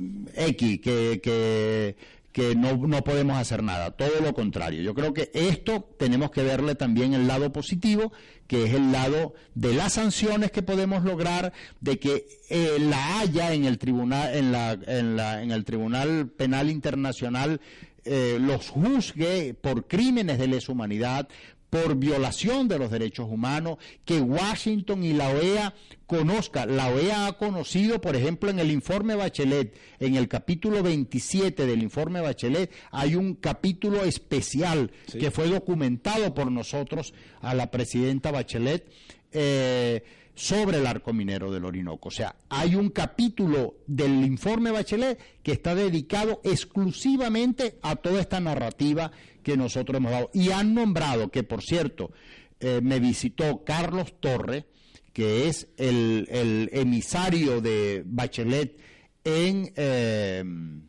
Speaker 2: X, que, que, que no, no podemos hacer nada, todo lo contrario. Yo creo que esto tenemos que verle también el lado positivo, que es el lado de las sanciones que podemos lograr, de que eh, la Haya en el tribunal, en la, en la, en el Tribunal Penal Internacional eh, los juzgue por crímenes de lesa humanidad, por violación de los derechos humanos, que Washington y la O E A conozca. La O E A ha conocido, por ejemplo, en el informe Bachelet, en el capítulo veintisiete del informe Bachelet, hay un capítulo especial sí. que fue documentado por nosotros a la presidenta Bachelet eh, sobre el arco minero del Orinoco. O sea, hay un capítulo del informe Bachelet que está dedicado exclusivamente a toda esta narrativa que nosotros hemos dado. Y han nombrado, que por cierto, eh, me visitó Carlos Torre, que es el, el emisario de Bachelet en, eh,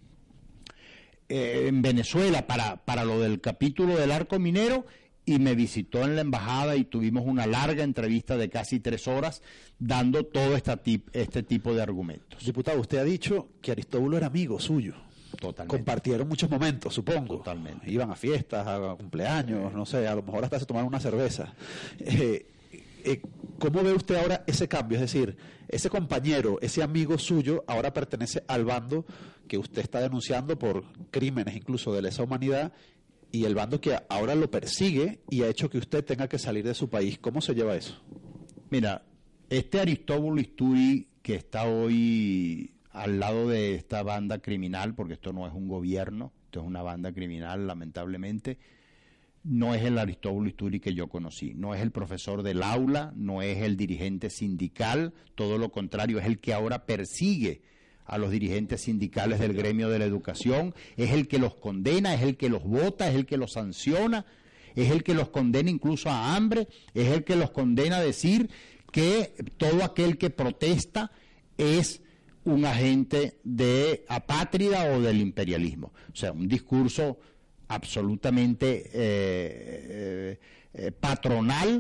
Speaker 2: en Venezuela para, para lo del capítulo del arco minero, y me visitó en la embajada y tuvimos una larga entrevista de casi tres horas dando todo esta tip, este tipo de argumentos.
Speaker 1: Diputado, usted ha dicho que Aristóbulo era amigo suyo.
Speaker 2: Totalmente.
Speaker 1: Compartieron muchos momentos, supongo.
Speaker 2: Totalmente.
Speaker 1: Iban a fiestas, a cumpleaños, no sé, a lo mejor hasta se tomaron una cerveza. Eh, eh, ¿Cómo ve usted ahora ese cambio? Es decir, ese compañero, ese amigo suyo, ahora pertenece al bando que usted está denunciando por crímenes incluso de lesa humanidad, y el bando que ahora lo persigue y ha hecho que usted tenga que salir de su país. ¿Cómo se lleva eso?
Speaker 2: Mira, este Aristóbulo Istúriz que está hoy al lado de esta banda criminal, porque esto no es un gobierno, esto es una banda criminal, lamentablemente, no es el Aristóbulo Istúriz que yo conocí, no es el profesor del aula, no es el dirigente sindical, todo lo contrario, es el que ahora persigue a los dirigentes sindicales del gremio de la educación, es el que los condena, es el que los vota, es el que los sanciona, es el que los condena incluso a hambre, es el que los condena a decir que todo aquel que protesta es un agente de apátrida o del imperialismo. O sea, un discurso absolutamente eh, eh, eh, patronal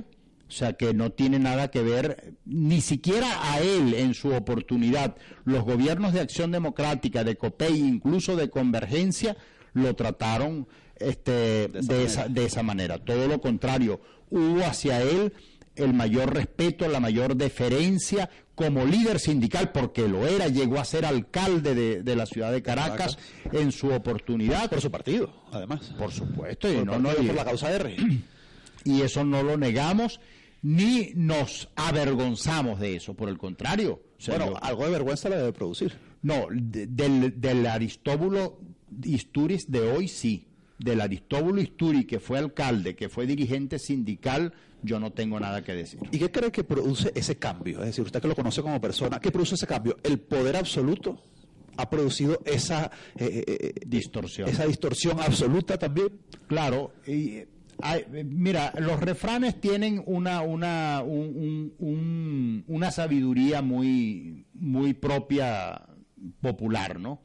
Speaker 2: O sea, que no tiene nada que ver, ni siquiera a él en su oportunidad. Los gobiernos de Acción Democrática, de COPEI, incluso de Convergencia, lo trataron este, de, esa de, esa, de esa manera. Todo lo contrario, hubo hacia él el mayor respeto, la mayor deferencia como líder sindical, porque lo era, llegó a ser alcalde de, de la ciudad de Caracas, Caracas en su oportunidad.
Speaker 1: Por su partido, además.
Speaker 2: Por supuesto.
Speaker 1: Por,
Speaker 2: y no, no, y,
Speaker 1: por la causa R.
Speaker 2: Y eso no lo negamos, ni nos avergonzamos de eso, por el contrario. O sea,
Speaker 1: bueno,
Speaker 2: yo,
Speaker 1: algo de vergüenza le debe producir.
Speaker 2: No, de, del, del Aristóbulo Istúriz de hoy sí. Del Aristóbulo Istúriz, que fue alcalde, que fue dirigente sindical, yo no tengo nada que decir.
Speaker 1: ¿Y qué cree que produce ese cambio? Es decir, usted que lo conoce como persona, ¿qué produce ese cambio? ¿El poder absoluto ha producido esa eh, eh,
Speaker 2: distorsión?
Speaker 1: Esa distorsión absoluta también.
Speaker 2: Claro, y hay, mira, los refranes tienen una una un, un, un, una sabiduría muy muy propia popular, ¿no?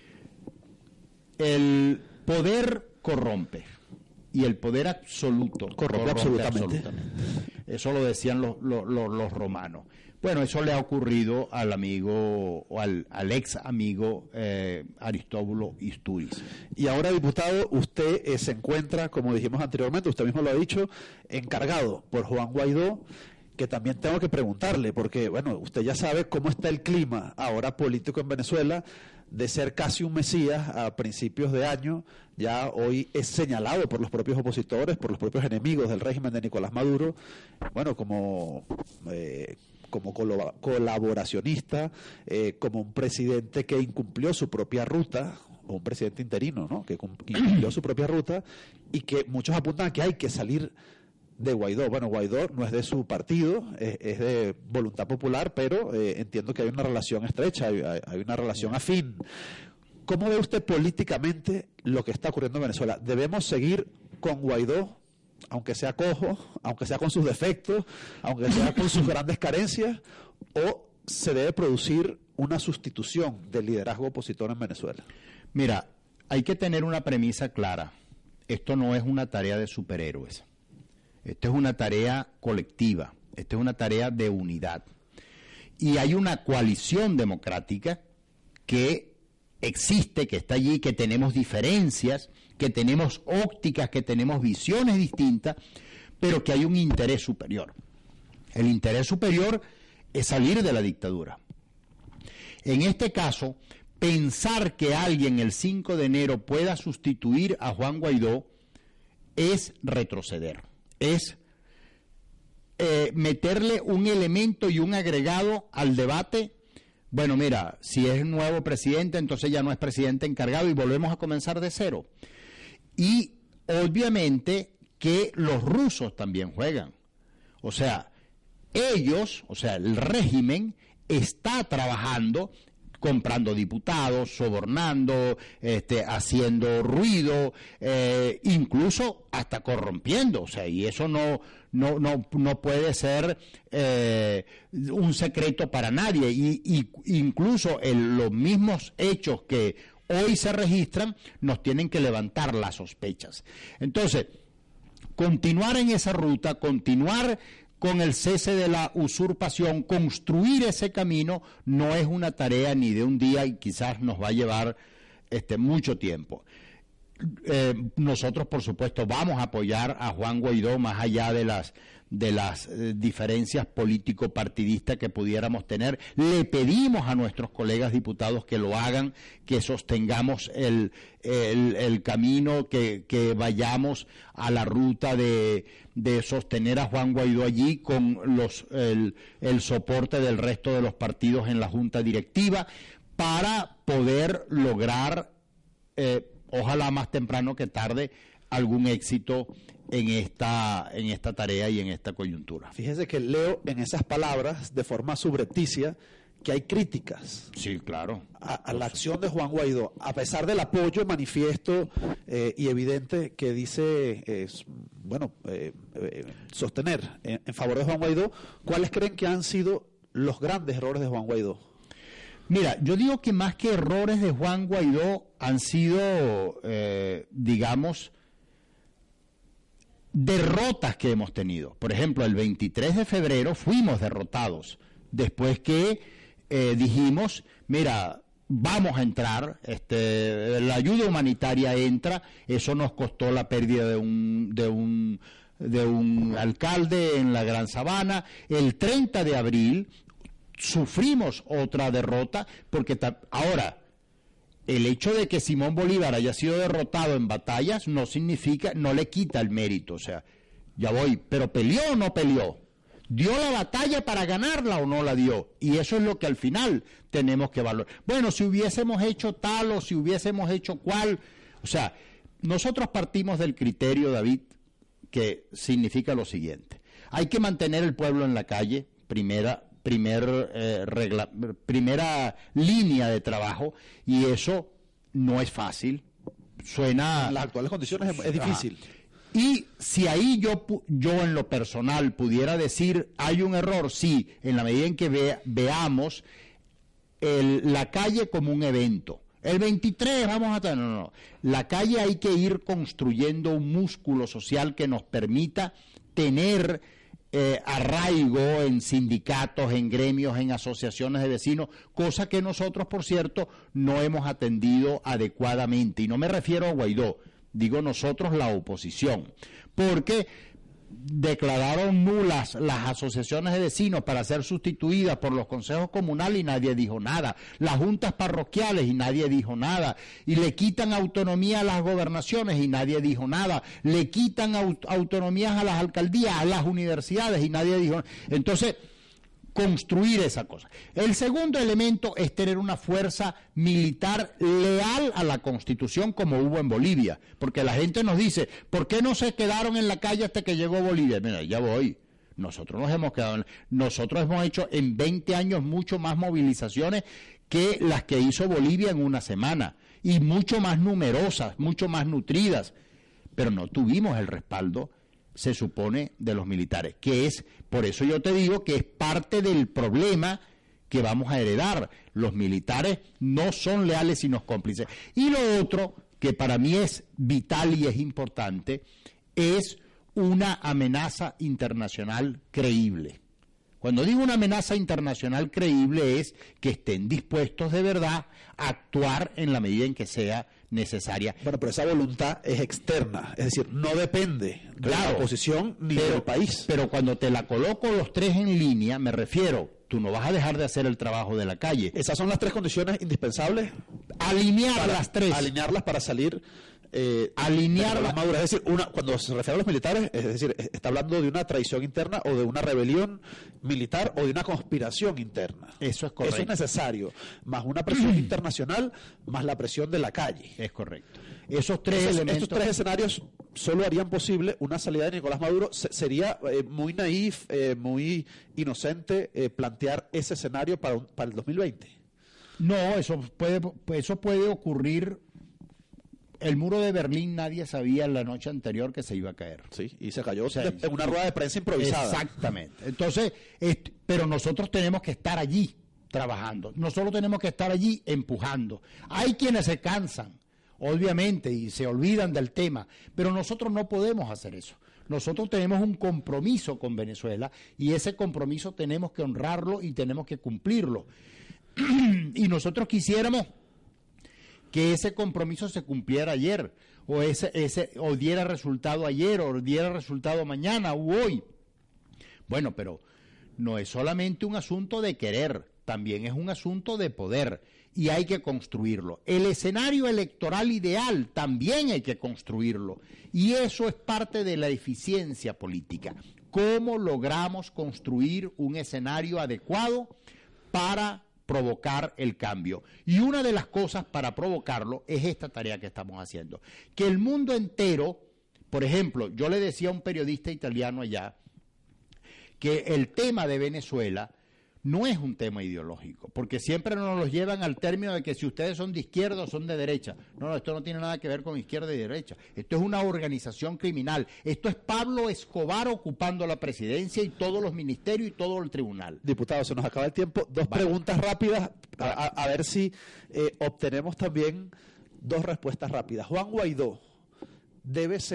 Speaker 2: El poder corrompe y el poder absoluto
Speaker 1: corrompe, corrompe absolutamente. absolutamente.
Speaker 2: Eso lo decían los, los, los, los romanos. Bueno, eso le ha ocurrido al amigo o al, al ex amigo eh, Aristóbulo Istúriz.
Speaker 1: Y ahora, diputado, usted eh, se encuentra, como dijimos anteriormente, usted mismo lo ha dicho, encargado por Juan Guaidó, que también tengo que preguntarle, porque, bueno, usted ya sabe cómo está el clima ahora político en Venezuela, de ser casi un mesías a principios de año, ya hoy es señalado por los propios opositores, por los propios enemigos del régimen de Nicolás Maduro, bueno, como... Eh, como colaboracionista, eh, como un presidente que incumplió su propia ruta, o un presidente interino, ¿no?, que incumplió su propia ruta, y que muchos apuntan a que hay que salir de Guaidó. Bueno, Guaidó no es de su partido, es, es de Voluntad Popular, pero eh, entiendo que hay una relación estrecha, hay, hay una relación afín. ¿Cómo ve usted políticamente lo que está ocurriendo en Venezuela? ¿Debemos seguir con Guaidó, aunque sea cojo, aunque sea con sus defectos, aunque sea con sus grandes carencias, o se debe producir una sustitución del liderazgo opositor en Venezuela?
Speaker 2: Mira, hay que tener una premisa clara. Esto no es una tarea de superhéroes. Esto es una tarea colectiva. Esto es una tarea de unidad. Y hay una coalición democrática que existe, que está allí, que tenemos diferencias, que tenemos ópticas, que tenemos visiones distintas, pero que hay un interés superior. El interés superior es salir de la dictadura. En este caso, pensar que alguien el cinco de enero pueda sustituir a Juan Guaidó es retroceder, es eh, meterle un elemento y un agregado al debate. Bueno, mira, si es el nuevo presidente, entonces ya no es presidente encargado y volvemos a comenzar de cero. Y obviamente que los rusos también juegan. O sea, ellos, o sea, el régimen está trabajando, comprando diputados, sobornando, este, haciendo ruido, eh, incluso hasta corrompiendo. O sea, y eso no, no, no, no puede ser eh, un secreto para nadie. Y, y incluso en los mismos hechos que hoy se registran nos tienen que levantar las sospechas. Entonces, continuar en esa ruta, continuar con el cese de la usurpación, construir ese camino no es una tarea ni de un día y quizás nos va a llevar este, mucho tiempo. Eh, nosotros, por supuesto, vamos a apoyar a Juan Guaidó más allá de las de las eh, diferencias político-partidistas que pudiéramos tener. Le pedimos a nuestros colegas diputados que lo hagan, que sostengamos el, el, el camino, que, que vayamos a la ruta de, de sostener a Juan Guaidó allí con los el, el soporte del resto de los partidos en la Junta Directiva para poder lograr, eh, ojalá más temprano que tarde, algún éxito en esta en esta tarea y en esta coyuntura.
Speaker 1: Fíjese que leo en esas palabras de forma subrepticia que hay críticas.
Speaker 2: Sí, claro.
Speaker 1: A, a la acción de Juan Guaidó, a pesar del apoyo manifiesto eh, y evidente que dice, eh, bueno, eh, eh, sostener en, en favor de Juan Guaidó, ¿cuáles creen que han sido los grandes errores de Juan Guaidó?
Speaker 2: Mira, yo digo que más que errores de Juan Guaidó han sido, eh, digamos, derrotas que hemos tenido. Por ejemplo, el veintitrés de febrero fuimos derrotados, después que eh, dijimos, mira, vamos a entrar, este, la ayuda humanitaria entra, eso nos costó la pérdida de un, de un, de un alcalde en la Gran Sabana. El treinta de abril sufrimos otra derrota, porque ta- ahora, el hecho de que Simón Bolívar haya sido derrotado en batallas no significa, no le quita el mérito, o sea, ya voy, pero ¿peleó o no peleó? ¿Dio la batalla para ganarla o no la dio? Y eso es lo que al final tenemos que valorar. Bueno, si hubiésemos hecho tal o si hubiésemos hecho cual, o sea, nosotros partimos del criterio, David, que significa lo siguiente: hay que mantener el pueblo en la calle, primera Primer, eh, regla, primera línea de trabajo, y eso no es fácil, suena...
Speaker 1: En las actuales condiciones es, es difícil.
Speaker 2: Ajá. Y si ahí yo, yo en lo personal pudiera decir, hay un error, sí, en la medida en que ve, veamos el, la calle como un evento. El veintitrés vamos a... No, no, no. La calle hay que ir construyendo un músculo social que nos permita tener... Eh, arraigo en sindicatos, en gremios, en asociaciones de vecinos, cosa que nosotros, por cierto, no hemos atendido adecuadamente. Y no me refiero a Guaidó, digo nosotros, la oposición, porque declararon nulas las asociaciones de vecinos para ser sustituidas por los consejos comunales y nadie dijo nada, las juntas parroquiales y nadie dijo nada, y le quitan autonomía a las gobernaciones y nadie dijo nada, le quitan aut- autonomías a las alcaldías, a las universidades y nadie dijo nada. Entonces, construir esa cosa. El segundo elemento es tener una fuerza militar leal a la Constitución, como hubo en Bolivia, porque la gente nos dice, ¿por qué no se quedaron en la calle hasta que llegó Bolivia? Mira, ya voy. Nosotros nos hemos quedado, en... nosotros hemos hecho en veinte años mucho más movilizaciones que las que hizo Bolivia en una semana, y mucho más numerosas, mucho más nutridas, pero no tuvimos el respaldo, se supone, de los militares, que es, por eso yo te digo que es parte del problema que vamos a heredar. Los militares no son leales sino cómplices. Y lo otro, que para mí es vital y es importante, es una amenaza internacional creíble. Cuando digo una amenaza internacional creíble es que estén dispuestos de verdad a actuar en la medida en que sea necesaria.
Speaker 1: Bueno, pero esa voluntad es externa, es decir, no depende de
Speaker 2: Claro,
Speaker 1: la oposición ni
Speaker 2: pero,
Speaker 1: del país.
Speaker 2: Pero cuando te la coloco los tres en línea, me refiero, tú no vas a dejar de hacer el trabajo de la calle.
Speaker 1: Esas son las tres condiciones indispensables.
Speaker 2: Alinear
Speaker 1: para,
Speaker 2: las tres.
Speaker 1: Alinearlas para salir... Eh,
Speaker 2: alinear
Speaker 1: las maduras, es decir, una, cuando se refiere a los militares, es decir, está hablando de una traición interna o de una rebelión militar o de una conspiración interna.
Speaker 2: Eso es correcto.
Speaker 1: Eso es necesario, más una presión internacional, más la presión de la calle.
Speaker 2: Es correcto. Esos tres
Speaker 1: Esos,
Speaker 2: elementos.
Speaker 1: Estos tres escenarios solo harían posible una salida de Nicolás Maduro. Se, sería eh, muy naif, eh, muy inocente eh, plantear ese escenario para, un, para el dos mil veinte.
Speaker 2: No, eso puede, eso puede ocurrir. El muro de Berlín nadie sabía la noche anterior que se iba a caer.
Speaker 1: Sí, y se cayó, o sea,
Speaker 2: de,
Speaker 1: en una rueda de prensa improvisada.
Speaker 2: Exactamente. Entonces, est- pero nosotros tenemos que estar allí trabajando. Nosotros tenemos que estar allí empujando. Hay quienes se cansan, obviamente, y se olvidan del tema, pero nosotros no podemos hacer eso. Nosotros tenemos un compromiso con Venezuela y ese compromiso tenemos que honrarlo y tenemos que cumplirlo. Y nosotros quisiéramos que ese compromiso se cumpliera ayer, o ese, ese, o diera resultado ayer, o diera resultado mañana u hoy. Bueno, pero no es solamente un asunto de querer, también es un asunto de poder, y hay que construirlo. El escenario electoral ideal también hay que construirlo, y eso es parte de la eficiencia política. ¿Cómo logramos construir un escenario adecuado para provocar el cambio? Y una de las cosas para provocarlo es esta tarea que estamos haciendo. Que el mundo entero, por ejemplo, yo le decía a un periodista italiano allá, que el tema de Venezuela no es un tema ideológico, porque siempre nos los llevan al término de que si ustedes son de izquierda o son de derecha. No, no, esto no tiene nada que ver con izquierda y derecha. Esto es una organización criminal. Esto es Pablo Escobar ocupando la presidencia y todos los ministerios y todo el tribunal.
Speaker 1: Diputado, se nos acaba el tiempo. Dos
Speaker 2: Vale.
Speaker 1: preguntas rápidas, a, a, a ver si eh, obtenemos también dos respuestas rápidas. Juan Guaidó debe ser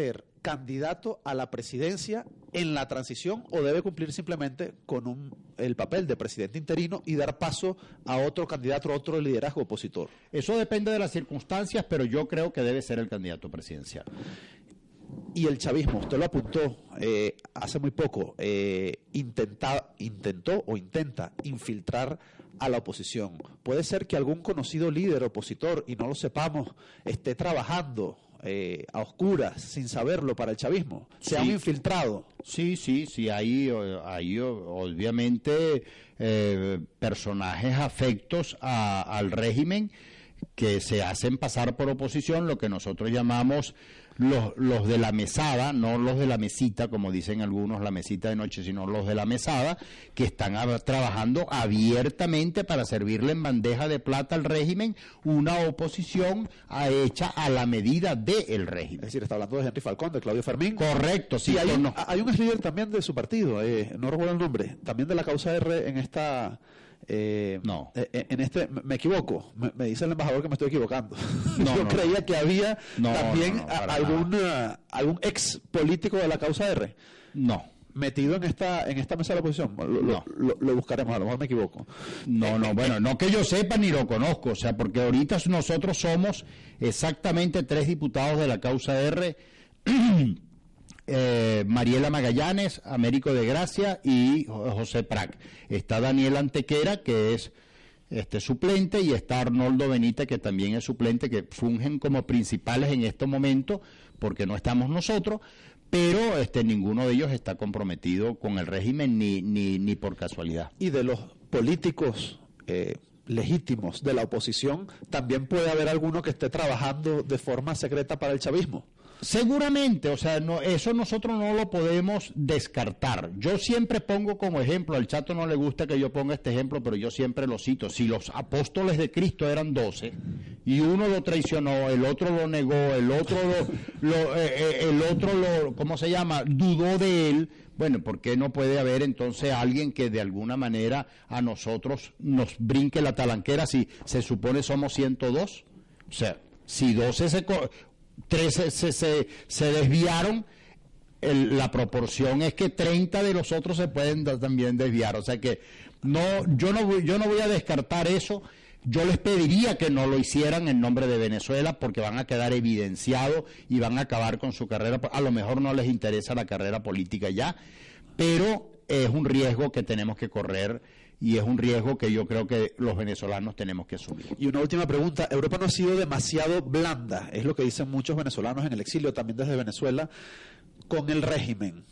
Speaker 1: candidato a la presidencia en la transición o debe cumplir simplemente con un, el papel de presidente interino y dar paso a otro candidato, a otro liderazgo opositor?
Speaker 2: Eso depende de las circunstancias, pero yo creo que debe ser el candidato presidencial.
Speaker 1: Y el chavismo, usted lo apuntó eh, hace muy poco, eh, intenta, intentó o intenta infiltrar a la oposición. Puede ser que algún conocido líder opositor, y no lo sepamos, esté trabajando eh, a oscuras, sin saberlo, para el chavismo. ¿Se han
Speaker 2: Sí.
Speaker 1: infiltrado?
Speaker 2: Sí, sí, sí, hay, hay obviamente eh, personajes afectos a, al régimen que se hacen pasar por oposición, lo que nosotros llamamos los, los de la mesada, no los de la mesita, como dicen algunos, la mesita de noche, sino los de la mesada, que están a, trabajando abiertamente para servirle en bandeja de plata al régimen una oposición a, hecha a la medida del régimen.
Speaker 1: Es decir, está hablando de Henry Falcón, de Claudio Fermín.
Speaker 2: Correcto, sí.
Speaker 1: Y hay, un,
Speaker 2: no.
Speaker 1: hay un ex líder también de su partido, eh, no recuerdo el nombre, también de la causa R en esta... Eh,
Speaker 2: no.
Speaker 1: Eh, en este, me, me equivoco, me, me dice el embajador que me estoy equivocando.
Speaker 2: No,
Speaker 1: Yo
Speaker 2: no,
Speaker 1: creía
Speaker 2: no.
Speaker 1: que había
Speaker 2: No,
Speaker 1: también
Speaker 2: no, no,
Speaker 1: a, algún, uh, algún ex político de la causa R.
Speaker 2: No.
Speaker 1: Metido en esta en esta mesa de la oposición. Lo,
Speaker 2: No.
Speaker 1: lo, lo buscaremos, a lo mejor me equivoco.
Speaker 2: No, no, bueno, no que yo sepa ni lo conozco, o sea, porque ahorita nosotros somos exactamente tres diputados de la causa R, eh, Mariela Magallanes, Américo de Gracia y José Prat. Está Daniel Antequera, que es este suplente, y está Arnoldo Benítez, que también es suplente, que fungen como principales en este momento, porque no estamos nosotros, pero este ninguno de ellos está comprometido con el régimen ni, ni, ni por casualidad.
Speaker 1: Y de los políticos eh, legítimos de la oposición, también puede haber alguno que esté trabajando de forma secreta para el chavismo.
Speaker 2: Seguramente, o sea, no, eso nosotros no lo podemos descartar. Yo siempre pongo como ejemplo, al Chato no le gusta que yo ponga este ejemplo, pero yo siempre lo cito. Si los apóstoles de Cristo eran doce y uno lo traicionó, el otro lo negó, el otro lo, lo eh, eh, el otro lo, ¿cómo se llama? Dudó de él. Bueno, ¿por qué no puede haber entonces alguien que de alguna manera a nosotros nos brinque la talanquera si se supone somos ciento dos? O sea, si doce se... tres se, se, se, se desviaron, el, la proporción es que treinta de los otros se pueden da, también desviar, o sea que no, yo no voy, yo no voy a descartar eso. Yo les pediría que no lo hicieran en nombre de Venezuela, porque van a quedar evidenciados y van a acabar con su carrera. A lo mejor no les interesa la carrera política ya, pero es un riesgo que tenemos que correr, y es un riesgo que yo creo que los venezolanos tenemos que asumir.
Speaker 1: Y una última pregunta, Europa no ha sido demasiado blanda, es lo que dicen muchos venezolanos en el exilio, también desde Venezuela, con el régimen.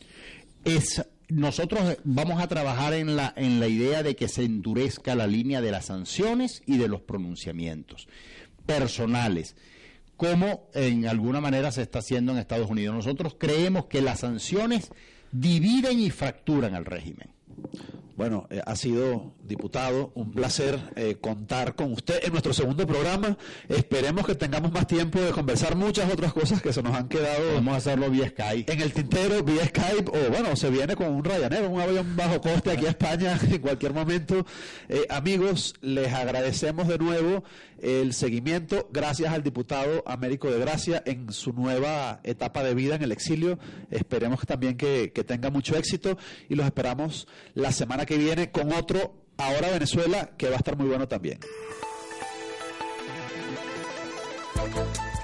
Speaker 2: Es, nosotros vamos a trabajar en la, en la idea de que se endurezca la línea de las sanciones y de los pronunciamientos personales, como en alguna manera se está haciendo en Estados Unidos. Nosotros creemos que las sanciones dividen y fracturan al régimen.
Speaker 1: Bueno, eh, ha sido, diputado, un placer eh, contar con usted en nuestro segundo programa. Esperemos que tengamos más tiempo de conversar muchas otras cosas que se nos han quedado.
Speaker 2: Vamos a hacerlo vía Skype.
Speaker 1: En el tintero, vía Skype, o bueno, se viene con un Ryanair, un avión bajo coste aquí a España en cualquier momento. Eh, amigos, les agradecemos de nuevo el seguimiento. Gracias al diputado Américo de Gracia en su nueva etapa de vida en el exilio. Esperemos que también que, que tenga mucho éxito, y los esperamos la semana que viene con otro Ahora Venezuela, que va a estar muy bueno también.